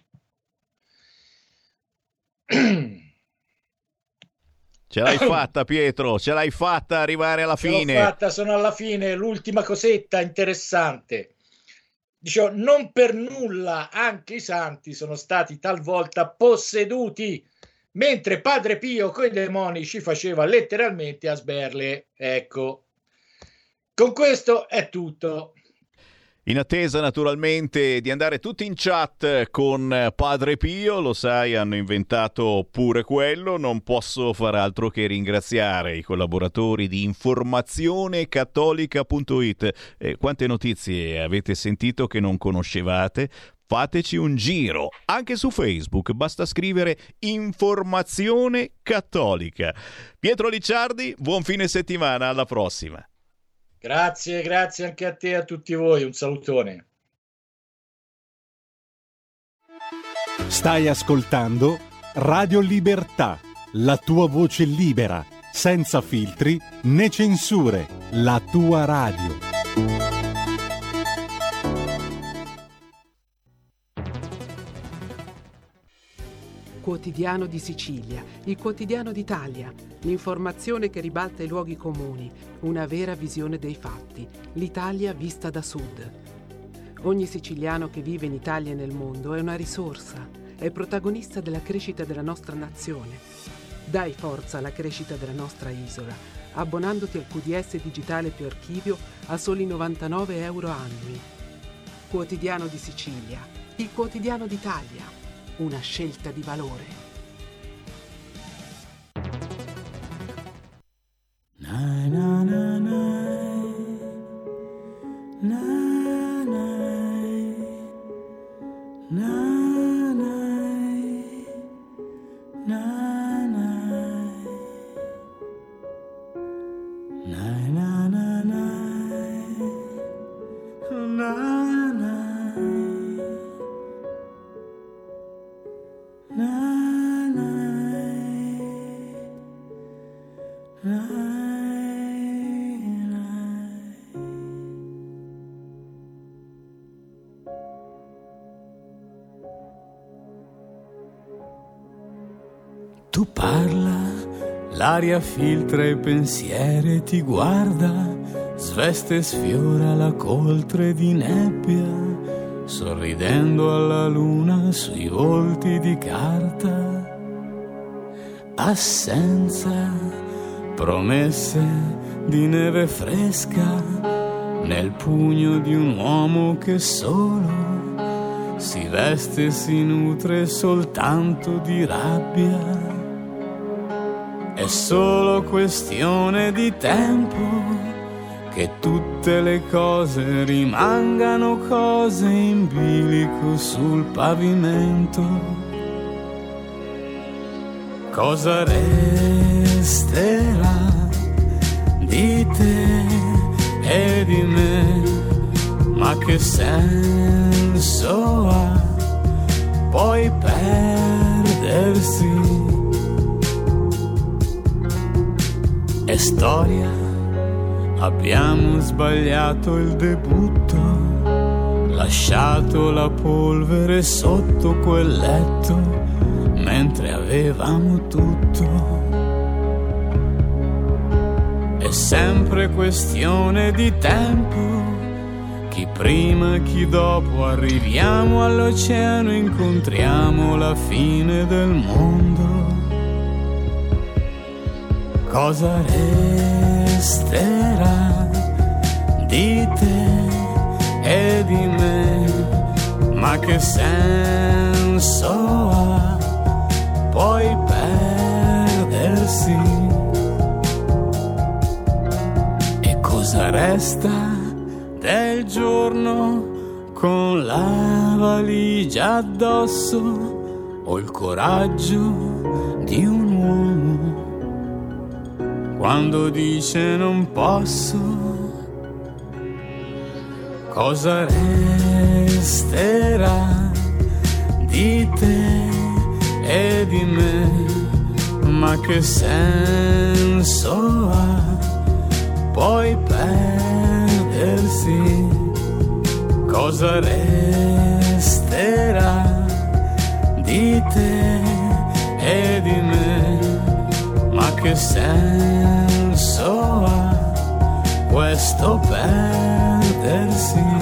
Ce l'hai fatta, Pietro, ce l'hai fatta arrivare alla Ce fine. l'ho fatta, sono alla fine. L'ultima cosetta interessante. Dicevo, non per nulla anche i santi sono stati talvolta posseduti, mentre Padre Pio coi demoni ci faceva letteralmente a sberle. Ecco. Con questo è tutto. In attesa naturalmente di andare tutti in chat con Padre Pio, lo sai, hanno inventato pure quello, non posso far altro che ringraziare i collaboratori di informazione cattolica punto it. Eh, quante notizie avete sentito che non conoscevate? Fateci un giro, anche su Facebook, basta scrivere Informazione Cattolica. Pietro Licciardi, buon fine settimana, alla prossima. Grazie, grazie anche a te e a tutti voi, un salutone. Stai ascoltando Radio Libertà, la tua voce libera, senza filtri né censure, la tua radio. Quotidiano di Sicilia, il quotidiano d'Italia, l'informazione che ribalta i luoghi comuni, una vera visione dei fatti, l'Italia vista da sud. Ogni siciliano che vive in Italia e nel mondo è una risorsa, è protagonista della crescita della nostra nazione. Dai forza alla crescita della nostra isola, abbonandoti al Q D S digitale più archivio a soli novantanove euro annui. Quotidiano di Sicilia, il quotidiano d'Italia, una scelta di valore. Na na na na na na na na Tu parla, l'aria filtra i pensieri e ti guarda, sveste e sfiora la coltre di nebbia, sorridendo alla luna sui volti di carta. Assenza, promesse di neve fresca, nel pugno di un uomo che solo si veste e si nutre soltanto di rabbia. È solo questione di tempo che tutte le cose rimangano cose in bilico sul pavimento. Cosa resterà di te e di me? Ma che senso ha poi perdersi? È storia, abbiamo sbagliato il debutto, lasciato la polvere sotto quel letto, mentre avevamo tutto. È sempre questione di tempo, chi prima, chi dopo, arriviamo all'oceano, incontriamo la fine del mondo. Cosa resterà di te e di me? Ma che senso ha poi perdersi? E cosa resta del giorno con la valigia addosso o il coraggio di un uomo quando dice non posso? Cosa resterà di te e di me? Ma che senso ha poi perdersi? Cosa resterà di te e di me? Ma che senso ha questo perdersi?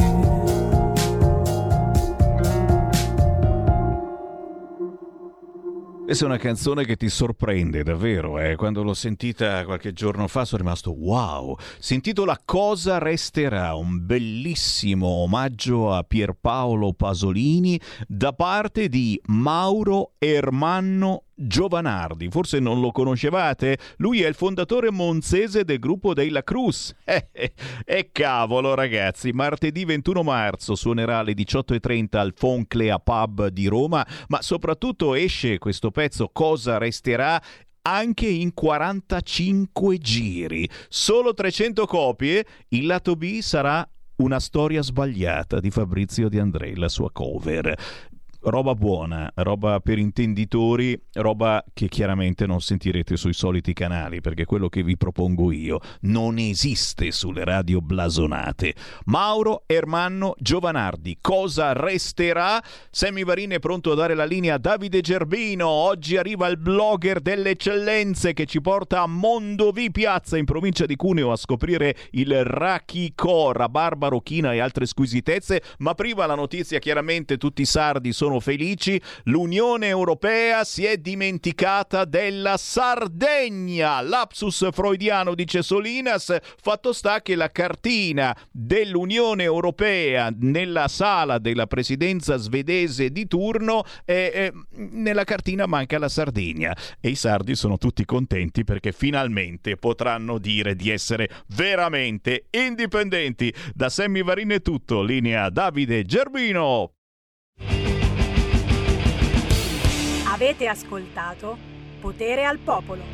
Questa è una canzone che ti sorprende davvero, eh? Quando l'ho sentita qualche giorno fa sono rimasto wow. Si intitola Cosa resterà, un bellissimo omaggio a Pierpaolo Pasolini da parte di Mauro Ermanno Giovanardi. Forse non lo conoscevate? Lui è il fondatore monzese del gruppo dei La Cruz. E eh, eh, cavolo ragazzi, martedì ventuno marzo suonerà alle diciotto e trenta al Fonclea Pub di Roma, ma soprattutto esce questo pezzo Cosa resterà anche in quarantacinque giri, solo trecento copie. Il lato B sarà Una storia sbagliata di Fabrizio De André, la sua cover. roba buona, roba per intenditori, roba che chiaramente non sentirete sui soliti canali, perché quello che vi propongo io non esiste sulle radio blasonate. Mauro Ermanno Giovanardi, cosa resterà? Sammy Varin è pronto a dare la linea a Davide Gerbino. Oggi arriva il blogger delle eccellenze che ci porta a Mondovì Piazza in provincia di Cuneo a scoprire il Rachico, rabarba, rochina e altre squisitezze. Ma prima la notizia, chiaramente tutti i sardi sono felici, l'Unione Europea si è dimenticata della Sardegna. Lapsus freudiano, dice Solinas. Fatto sta che la cartina dell'Unione Europea nella sala della presidenza svedese di turno è, è, nella cartina manca la Sardegna e i sardi sono tutti contenti perché finalmente potranno dire di essere veramente indipendenti. Da Sammy Varin è tutto, linea Davide Gerbino. Avete ascoltato Potere al Popolo.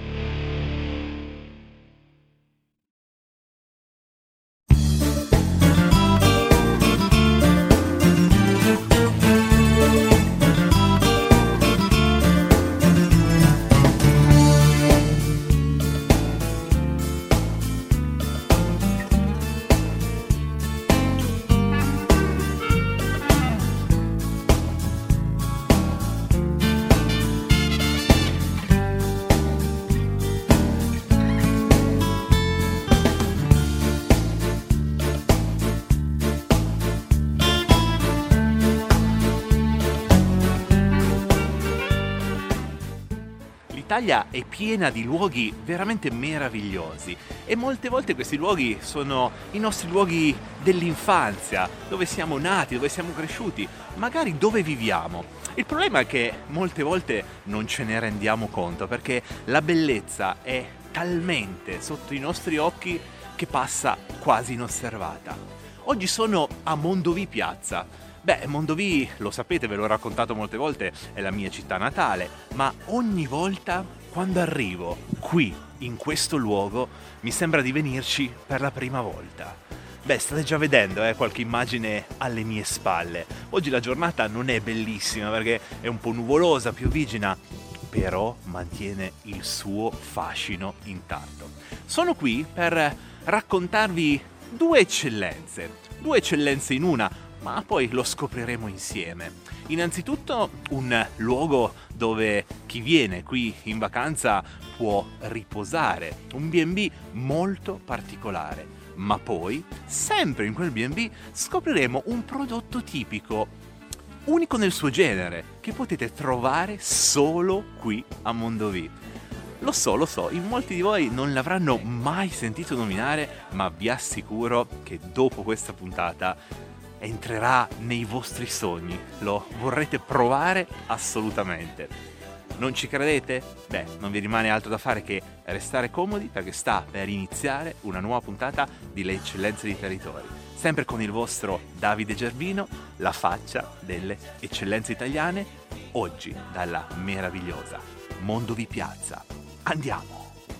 L'Italia è piena di luoghi veramente meravigliosi e molte volte questi luoghi sono i nostri luoghi dell'infanzia, dove siamo nati, dove siamo cresciuti, magari dove viviamo. Il problema è che molte volte non ce ne rendiamo conto perché la bellezza è talmente sotto i nostri occhi che passa quasi inosservata. Oggi sono a Mondovì Piazza. Beh, Mondovì, lo sapete, ve l'ho raccontato molte volte, è la mia città natale, ma ogni volta quando arrivo qui, in questo luogo, mi sembra di venirci per la prima volta. Beh, state già vedendo eh, qualche immagine alle mie spalle. Oggi la giornata non è bellissima perché è un po' nuvolosa, pioviggina, però mantiene il suo fascino intatto. Sono qui per raccontarvi due eccellenze, due eccellenze in una, ma poi lo scopriremo insieme. Innanzitutto un luogo dove chi viene qui in vacanza può riposare, un bi e bi molto particolare, ma poi, sempre in quel bi e bi, scopriremo un prodotto tipico, unico nel suo genere, che potete trovare solo qui a Mondovì. Lo so, lo so, in molti di voi non l'avranno mai sentito nominare, ma vi assicuro che dopo questa puntata entrerà nei vostri sogni, lo vorrete provare assolutamente. Non ci credete? Beh, non vi rimane altro da fare che restare comodi perché sta per iniziare una nuova puntata di Le Eccellenze dei Territori. Sempre con il vostro Davide Gerbino, la faccia delle eccellenze italiane, oggi dalla meravigliosa Mondovì Piazza. Andiamo!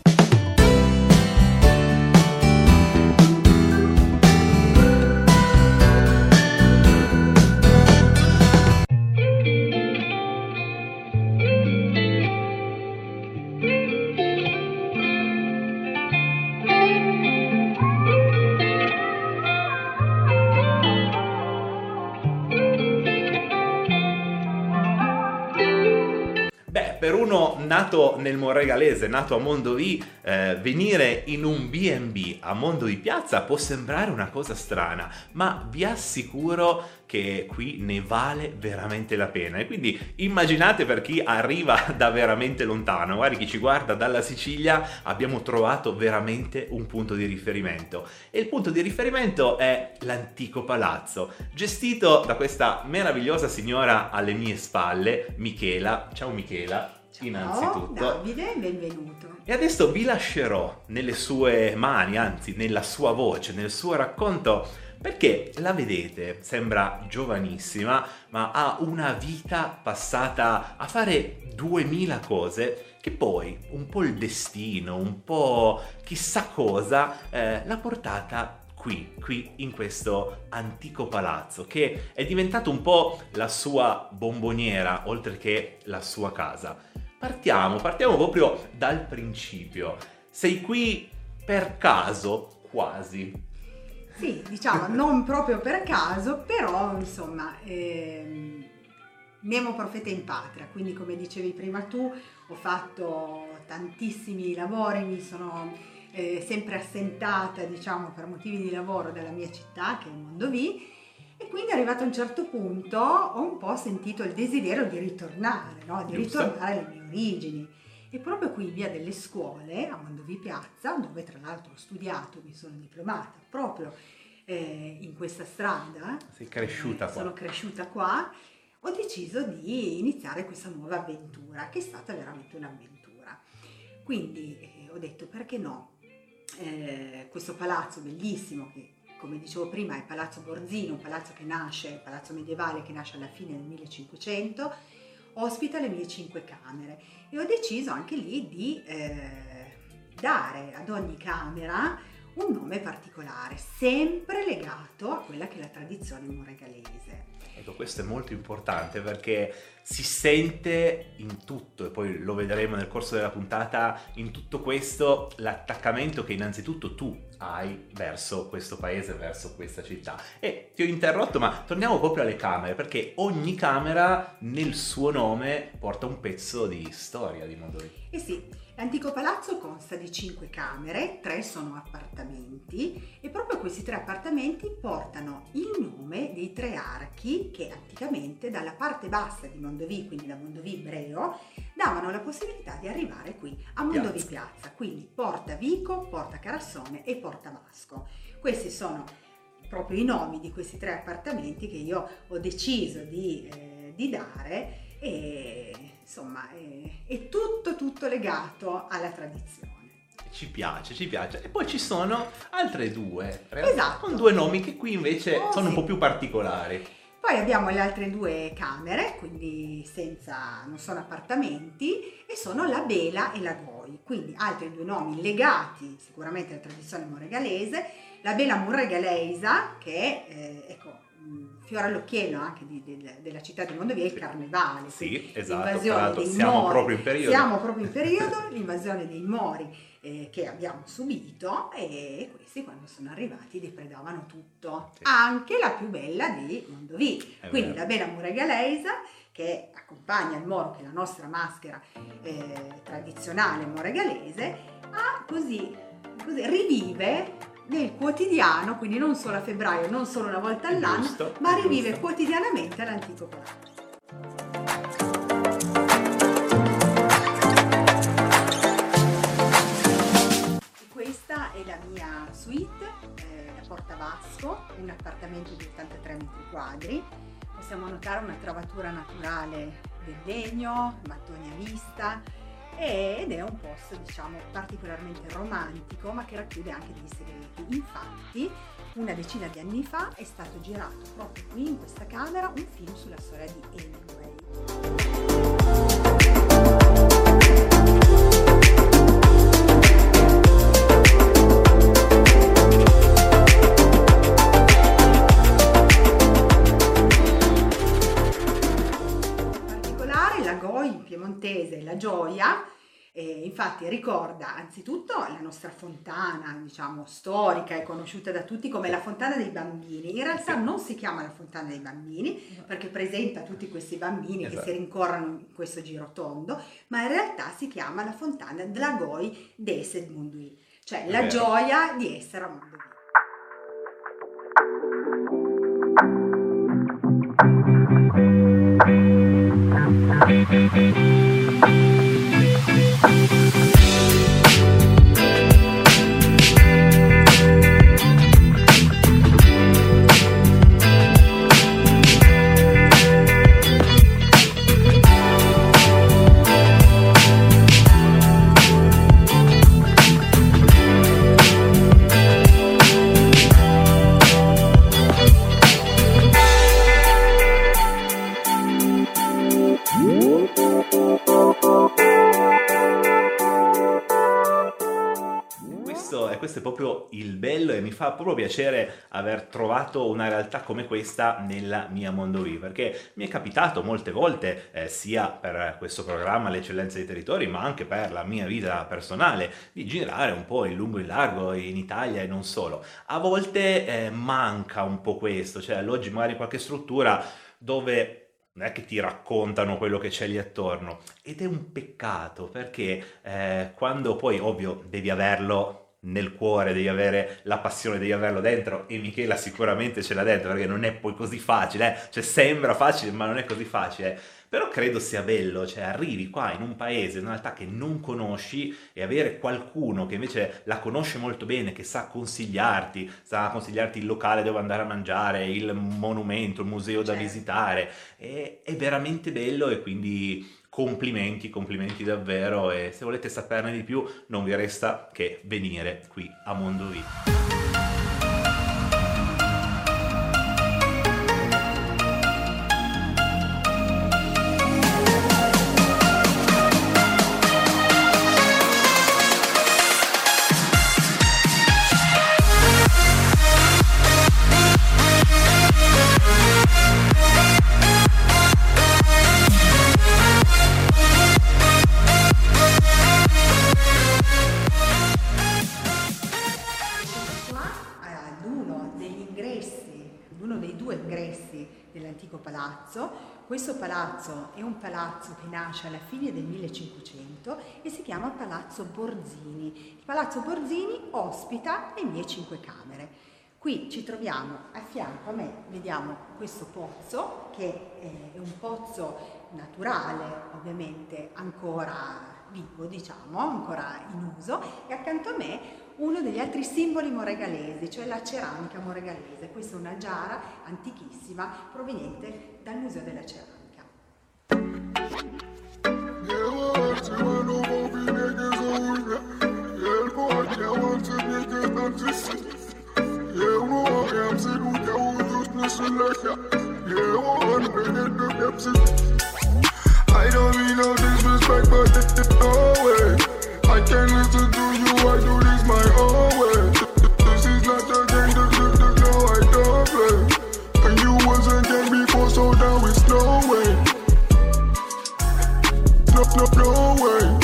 Per uno nato nel Monregalese, nato a Mondovì, eh, venire in un bi e bi a Mondovì Piazza può sembrare una cosa strana, ma vi assicuro che qui ne vale veramente la pena. E quindi immaginate, per chi arriva da veramente lontano, magari chi ci guarda dalla Sicilia, abbiamo trovato veramente un punto di riferimento. E il punto di riferimento è l'antico palazzo, gestito da questa meravigliosa signora alle mie spalle, Michela. Ciao Michela. Innanzitutto, Davide, benvenuto. E adesso vi lascerò nelle sue mani, anzi nella sua voce, nel suo racconto, perché la vedete, sembra giovanissima, ma ha una vita passata a fare duemila cose che poi un po' il destino, un po' chissà cosa, eh, l'ha portata qui qui, qui in questo antico palazzo che è diventato un po' la sua bomboniera oltre che la sua casa. Partiamo, partiamo proprio dal principio. Sei qui per caso, quasi? Sì, diciamo, non proprio per caso, però insomma, ehm, nemo profeta in patria, quindi come dicevi prima tu, ho fatto tantissimi lavori, mi sono eh, sempre assentata, diciamo, per motivi di lavoro dalla mia città, che è Mondovì, e quindi arrivato a un certo punto ho un po' sentito il desiderio di ritornare, no? Di Giusto. ritornare alle mie origini. E proprio qui in via delle Scuole, a Mondovì Piazza, dove tra l'altro ho studiato, mi sono diplomata proprio eh, in questa strada. Sei cresciuta eh, qua. Sono cresciuta qua. Ho deciso di iniziare questa nuova avventura, che è stata veramente un'avventura. Quindi eh, ho detto, perché no? Eh, questo palazzo bellissimo, che come dicevo prima è Palazzo Borzino, un palazzo che nasce, un palazzo medievale che nasce alla fine del millecinquecento, ospita le mie cinque camere, e ho deciso anche lì di eh, dare ad ogni camera un nome particolare, sempre legato a quella che è la tradizione moregalese. Ecco, questo è molto importante perché si sente in tutto, e poi lo vedremo nel corso della puntata, in tutto questo l'attaccamento che innanzitutto tu hai verso questo paese, verso questa città. E ti ho interrotto, ma torniamo proprio alle camere, perché ogni camera nel suo nome porta un pezzo di storia di Mondovì. Eh sì, l'antico palazzo consta di cinque camere, tre sono appartamenti, e proprio questi tre appartamenti portano il nome dei tre archi che anticamente dalla parte bassa di Mondovì, quindi da Mondovì Breo, davano la possibilità di arrivare qui a Mondovì Piazza, Piazza. Quindi Porta Vico, Porta Carassone e Porta Vasco. Questi sono proprio i nomi di questi tre appartamenti che io ho deciso di, eh, di dare, e insomma è, è tutto tutto legato alla tradizione. Ci piace, ci piace. E poi ci sono altre due, esatto, con due nomi che qui invece oh, sono sì. un po' più particolari. Poi abbiamo le altre due camere, quindi senza, non sono appartamenti, e sono la Bela e la Goi, quindi altri due nomi legati sicuramente alla tradizione moregalese. La Bela Moregaleisa, che è, eh, ecco, fiore all'occhiello anche di, de, della città di Mondovì, è il carnevale. Sì, esatto, l'invasione dei siamo Mori, proprio in periodo. Siamo proprio in periodo, l'invasione dei Mori eh, che abbiamo subito, e questi quando sono arrivati depredavano tutto, sì. Anche la più bella di Mondovì. È quindi vero. La Bela Moregaleisa, che accompagna il Moro, che è la nostra maschera eh, tradizionale moregalese, ha così, così rivive nel quotidiano, quindi non solo a febbraio, non solo una volta all'anno, giusto, ma rivive giusto. quotidianamente l'antico palazzo. E questa è la mia suite, eh, la Porta Vasco, un appartamento di ottantatré metri quadri. Possiamo notare una travatura naturale del legno, mattoni a vista, ed è un posto, diciamo, particolarmente romantico, ma che racchiude anche dei segreti. Infatti, una decina di anni fa è stato girato proprio qui in questa camera un film sulla storia di Hemingway. Piemontese, la Gioia, eh, infatti ricorda anzitutto la nostra fontana, diciamo, storica e conosciuta da tutti come la Fontana dei Bambini. In realtà non si chiama la Fontana dei Bambini perché presenta tutti questi bambini, esatto, che si rincorrono in questo girotondo, ma in realtà si chiama la Fontana della Goi d'Essere Mondovì, cioè la vero. Gioia di essere a Mondovì. proprio il bello e mi fa proprio piacere aver trovato una realtà come questa nella mia Mondovì, perché mi è capitato molte volte, eh, sia per questo programma L'Eccellenza dei Territori, ma anche per la mia vita personale, di girare un po' in lungo e in largo in Italia e non solo. A volte eh, manca un po' questo, cioè alloggi magari qualche struttura dove non è che ti raccontano quello che c'è lì attorno, ed è un peccato perché eh, quando poi, ovvio, devi averlo nel cuore, devi avere la passione, devi averlo dentro, e Michela sicuramente ce l'ha dentro, perché non è poi così facile, eh? Cioè sembra facile ma non è così facile, però credo sia bello, cioè arrivi qua in un paese, in una realtà che non conosci, e avere qualcuno che invece la conosce molto bene, che sa consigliarti, sa consigliarti il locale dove andare a mangiare, il monumento, il museo da visitare, è, è veramente bello, e quindi complimenti, complimenti davvero, e se volete saperne di più non vi resta che venire qui a Mondovì. dell'antico palazzo. Questo palazzo è un palazzo che nasce alla fine del millecinquecento e si chiama Palazzo Borzini. Il Palazzo Borzini ospita le mie cinque camere. Qui ci troviamo a fianco a me, vediamo questo pozzo che è un pozzo naturale, ovviamente ancora vivo, diciamo, ancora in uso, e accanto a me uno degli altri simboli moregalesi, cioè la ceramica moregalese. Questa è una giara antichissima proveniente dal Museo della Ceramica. I don't mean no disrespect, but no way. I can't listen to you, I do this my own way. This is not a game, no, I don't play. And you wasn't game before, so now it's no way. No, no, no way.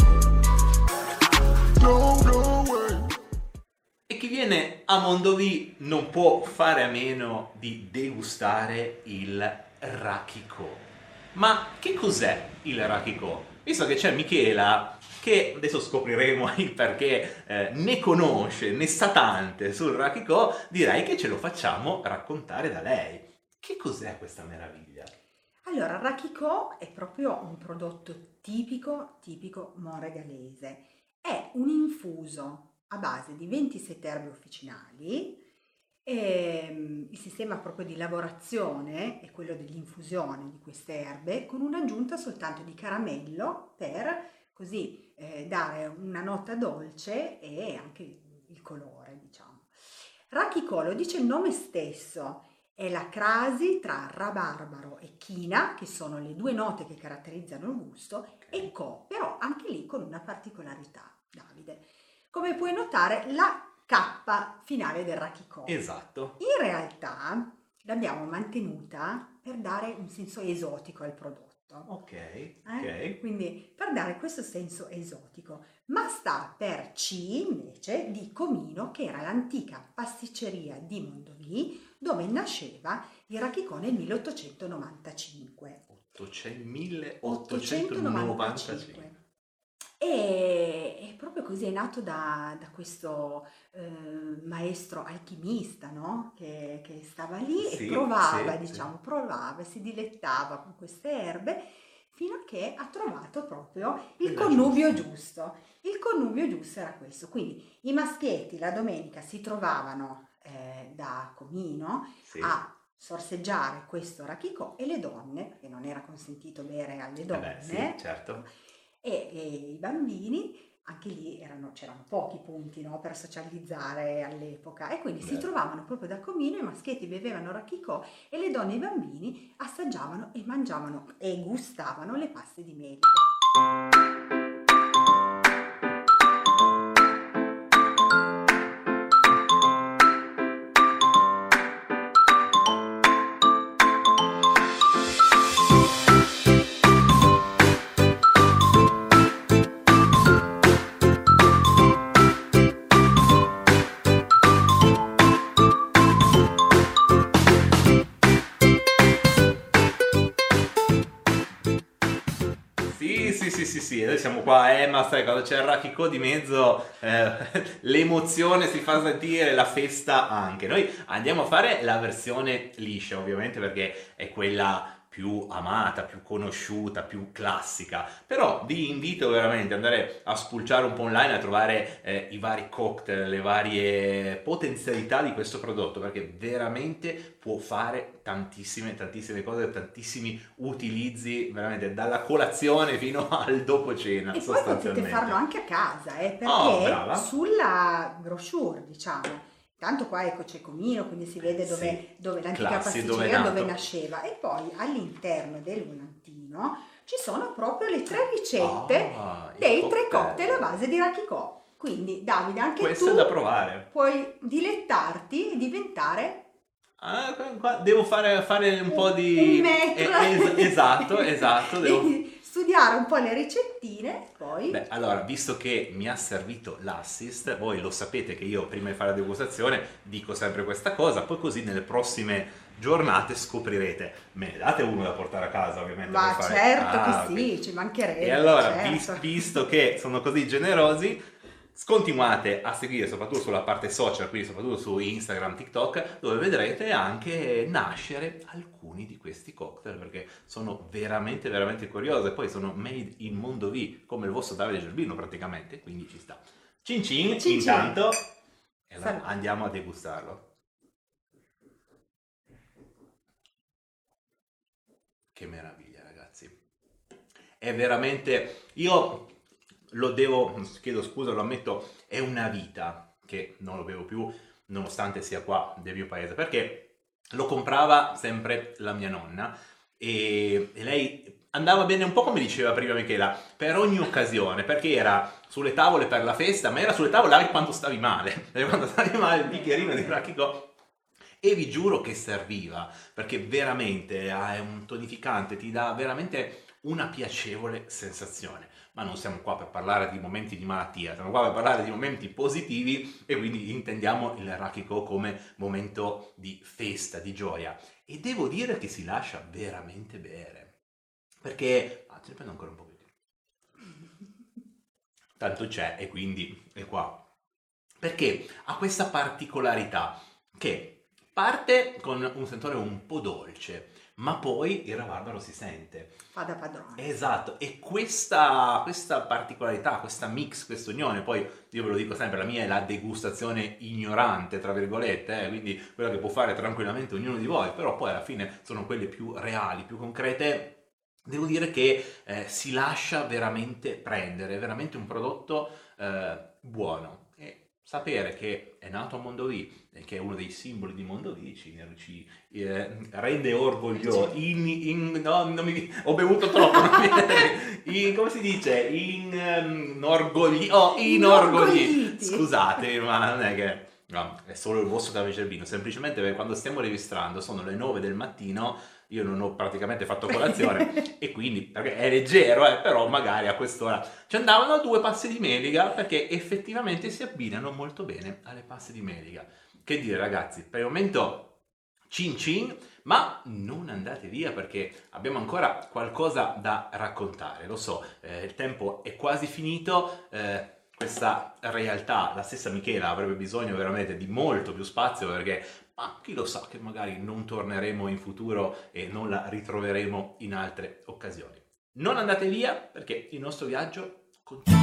No, no way. E chi viene a Mondovì non può fare a meno di degustare il Rakiko. Ma che cos'è il Rakiko? Visto che c'è Michela, che adesso scopriremo il perché eh, ne conosce, ne sa tante sul Rakiko, direi che ce lo facciamo raccontare da lei. Che cos'è questa meraviglia? Allora, il Rakiko è proprio un prodotto tipico, tipico moregalese. È un infuso a base di ventisette erbe officinali. E il sistema proprio di lavorazione è quello dell'infusione di queste erbe, con un'aggiunta soltanto di caramello per così eh, dare una nota dolce e anche il colore, diciamo. Rakiko, lo dice il nome stesso, è la crasi tra rabarbaro e china, che sono le due note che caratterizzano il gusto, e co, però anche lì con una particolarità, Davide. Come puoi notare, la K finale del Rakiko. Esatto. In realtà l'abbiamo mantenuta per dare un senso esotico al prodotto. Ok, eh? ok. Quindi per dare questo senso esotico. Ma sta per C invece di Comino, che era l'antica pasticceria di Mondovì, dove nasceva il Rakiko nel milleottocentonovantacinque. milleottocentonovantacinque. E, e proprio così è nato da, da questo eh, maestro alchimista, no? Che, che stava lì sì, e provava, sì, diciamo, sì. provava, si dilettava con queste erbe fino a che ha trovato proprio il connubio giusto. Il connubio giusto era questo, quindi i maschietti la domenica si trovavano eh, da Comino sì. a sorseggiare questo Rakiko, e le donne, perché non era consentito bere alle donne, eh beh, sì, certo. E, e i bambini, anche lì erano, c'erano pochi punti, no, per socializzare all'epoca, e quindi Beh. si trovavano proprio da Comino, i maschietti bevevano Rakiko e le donne e i bambini assaggiavano e mangiavano e gustavano le paste di melica. sì, sì, sì, noi siamo qua, eh, ma sai, quando c'è il Rakiko di mezzo, eh, l'emozione si fa sentire, la festa anche. Noi andiamo a fare la versione liscia, ovviamente, perché è quella più amata, più conosciuta, più classica, però vi invito veramente ad andare a spulciare un po' online, a trovare eh, i vari cocktail, le varie potenzialità di questo prodotto, perché veramente può fare tantissime, tantissime cose, tantissimi utilizzi, veramente dalla colazione fino al dopo cena. E poi potete farlo anche a casa, eh, perché oh, sulla brochure, diciamo, tanto qua ecco c'è Comino, quindi si vede dove, sì, dove l'antica classi, pasticceria, dove, dove nasceva, e poi all'interno del volantino ci sono proprio le tre ricette oh, dei tre cocktail a base di Rakiko. Quindi Davide, anche questo tu è da provare, puoi dilettarti e diventare... Ah, qua devo fare, fare un po' di... Un metro. Es- esatto, esatto. Devo... studiare un po' le ricettine, poi... Beh, allora, visto che mi ha servito l'assist, voi lo sapete che io prima di fare la degustazione dico sempre questa cosa, poi così nelle prossime giornate scoprirete. Me ne date uno da portare a casa, ovviamente. Ma per fare... certo ah, che okay. sì, ci mancherebbe. E allora, certo. vis- visto che sono così generosi, continuate a seguire soprattutto sulla parte social, quindi soprattutto su Instagram, TikTok, dove vedrete anche nascere alcuni di questi cocktail, perché sono veramente veramente curiosi, e poi sono made in Mondovì, come il vostro Davide Gerbino praticamente, quindi ci sta. Cin cin, Cin cin. intanto e allora Salve. andiamo a degustarlo. Che meraviglia, ragazzi. È veramente... Io... lo devo, chiedo scusa, lo ammetto, è una vita che non lo bevo più, nonostante sia qua del mio paese, perché lo comprava sempre la mia nonna e, e lei andava bene un po' come diceva prima Michela, per ogni occasione, perché era sulle tavole per la festa, ma era sulle tavole anche quando stavi male, perché quando stavi male il bicchierino di Rakiko, e vi giuro che serviva, perché veramente è un tonificante, ti dà veramente una piacevole sensazione. Ma non siamo qua per parlare di momenti di malattia, siamo qua per parlare di momenti positivi, e quindi intendiamo il Rakiko come momento di festa, di gioia. E devo dire che si lascia veramente bere, perché... Ah, ce ne prendo ancora un po' più. Tanto c'è, e quindi è qua. Perché ha questa particolarità che parte con un sentore un po' dolce, ma poi il rabarbaro si sente. Fa da padrone. Esatto, e questa, questa particolarità, questa mix, questa unione, poi io ve lo dico sempre, la mia è la degustazione ignorante, tra virgolette, eh, quindi quella che può fare tranquillamente ognuno di voi, però poi alla fine sono quelle più reali, più concrete. Devo dire che eh, si lascia veramente prendere, è veramente un prodotto eh, buono. E sapere che è nato a Mondovì, che è uno dei simboli di Mondovì, ci, ci eh, rende orgogliosi. In, in, no, non mi, ho bevuto troppo. in, come si dice? In um, orgogli, oh, inorgogli. Scusate, ma non è che no, è solo il vostro Davide Gerbino. Semplicemente perché quando stiamo registrando sono le nove del mattino. Io non ho praticamente fatto colazione e quindi, perché è leggero, eh, però magari a quest'ora ci andavano due paste di melica, perché effettivamente si abbinano molto bene alle paste di melica. Che dire, ragazzi, per il momento cin cin, ma non andate via perché abbiamo ancora qualcosa da raccontare. Lo so, eh, il tempo è quasi finito, eh, questa realtà, la stessa Michela avrebbe bisogno veramente di molto più spazio, perché ma chi lo sa che magari non torneremo in futuro e non la ritroveremo in altre occasioni. Non andate via perché il nostro viaggio continua.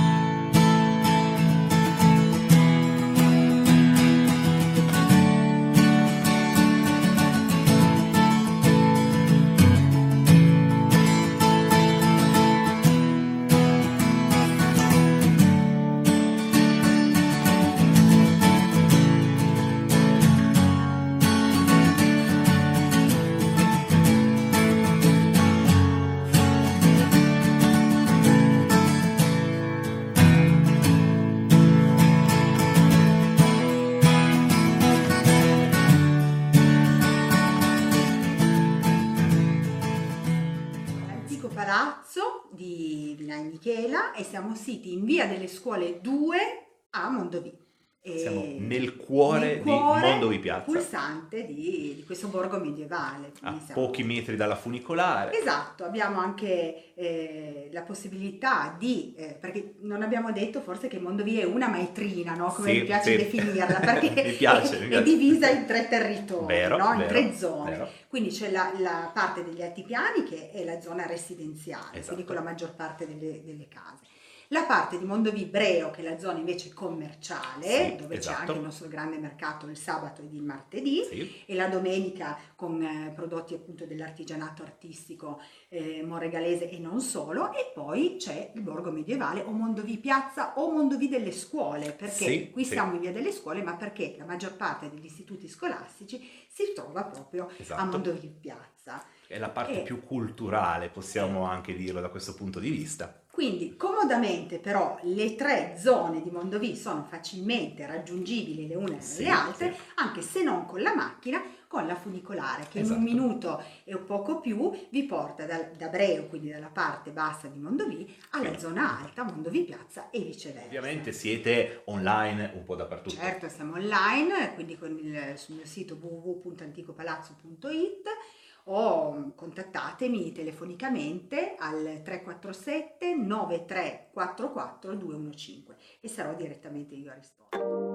E siamo siti in via delle Scuole due a Mondovì. E siamo nel cuore, nel cuore di Mondovì Piazza, pulsante di, di questo borgo medievale. a siamo... pochi metri dalla funicolare. Esatto, abbiamo anche eh, la possibilità di, eh, perché non abbiamo detto forse che Mondovì è una maetrina, no? Come Sì, mi piace sì. definirla, perché Mi piace, è, mi piace. è divisa in tre territori, Vero, no? in vero, tre zone. vero. Quindi c'è la, la parte degli altipiani che è la zona residenziale, Esatto. quindi con la maggior parte delle, delle case. La parte di Mondovì Breo, che è la zona invece commerciale, Sì, dove esatto. c'è anche il nostro grande mercato il sabato ed il martedì, Sì. e la domenica con eh, prodotti appunto dell'artigianato artistico eh, monregalese e non solo, e poi c'è il borgo medievale o Mondovì Piazza o Mondovì delle Scuole, perché Sì, qui sì. siamo in via delle Scuole, ma perché la maggior parte degli istituti scolastici si trova proprio Esatto. a Mondovì Piazza. È la parte E- più culturale, possiamo anche dirlo da questo punto di vista. Quindi comodamente però le tre zone di Mondovì sono facilmente raggiungibili le une Sì, dalle altre, sì. anche se non con la macchina, con la funicolare, che Esatto. in un minuto e un poco più vi porta da, da Breo, quindi dalla parte bassa di Mondovì, alla Sì. zona alta, Mondovì Piazza e viceversa. Ovviamente siete online un po' dappertutto. Certo, siamo online, quindi con il, sul mio sito w w w punto anticopalazzo punto it, o contattatemi telefonicamente al tre quattro sette nove tre quattro quattro due uno cinque e sarò direttamente io a rispondere.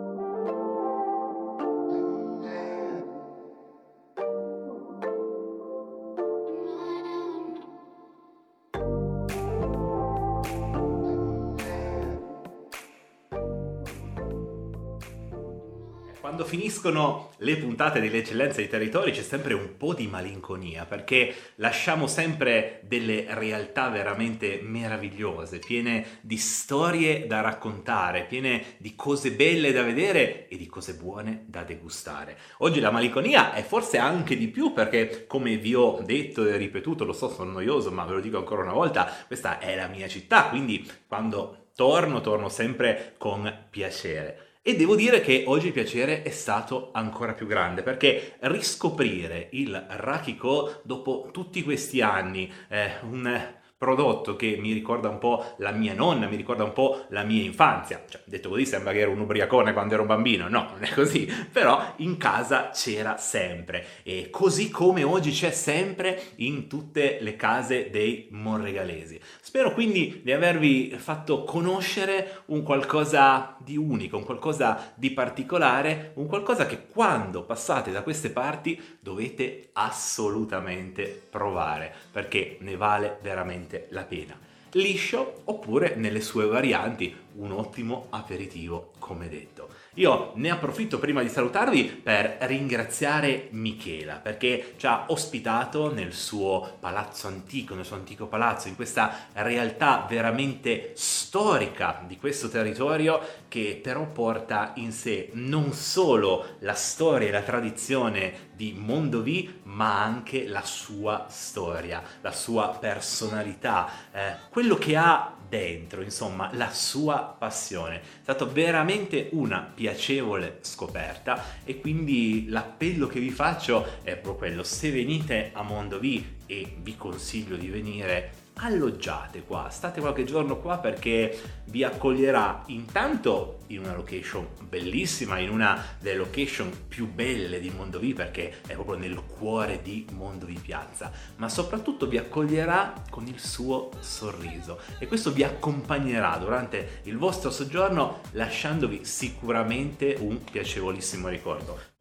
Quando finiscono le puntate delle eccellenze dei territori c'è sempre un po' di malinconia, perché lasciamo sempre delle realtà veramente meravigliose, piene di storie da raccontare, piene di cose belle da vedere e di cose buone da degustare. Oggi la malinconia è forse anche di più, perché come vi ho detto e ripetuto, lo so, sono noioso, ma ve lo dico ancora una volta, questa è la mia città, quindi quando torno, torno sempre con piacere. E devo dire che oggi il piacere è stato ancora più grande, perché riscoprire il Rakiko dopo tutti questi anni, eh, un prodotto che mi ricorda un po' la mia nonna, mi ricorda un po' la mia infanzia. Cioè, detto così sembra che ero un ubriacone quando ero un bambino, no, non è così, però in casa c'era sempre, e così come oggi c'è sempre in tutte le case dei monregalesi. Spero quindi di avervi fatto conoscere un qualcosa di unico, un qualcosa di particolare, un qualcosa che quando passate da queste parti dovete assolutamente provare, perché ne vale veramente la pena. Liscio oppure nelle sue varianti un ottimo aperitivo, come detto. Io ne approfitto prima di salutarvi per ringraziare Michela, perché ci ha ospitato nel suo palazzo antico, nel suo antico palazzo, in questa realtà veramente storica di questo territorio, che però porta in sé non solo la storia e la tradizione di Mondovì, ma anche la sua storia, la sua personalità, eh, quello che ha dentro, insomma, la sua passione. È stata veramente una piacevole scoperta, e quindi l'appello che vi faccio è proprio quello: se venite a Mondovì, e vi consiglio di venire, alloggiate qua, state qualche giorno qua, perché vi accoglierà intanto in una location bellissima, in una delle location più belle di Mondovì, perché è proprio nel cuore di Mondovì Piazza, ma soprattutto vi accoglierà con il suo sorriso, e questo vi accompagnerà durante il vostro soggiorno, lasciandovi sicuramente un piacevolissimo ricordo.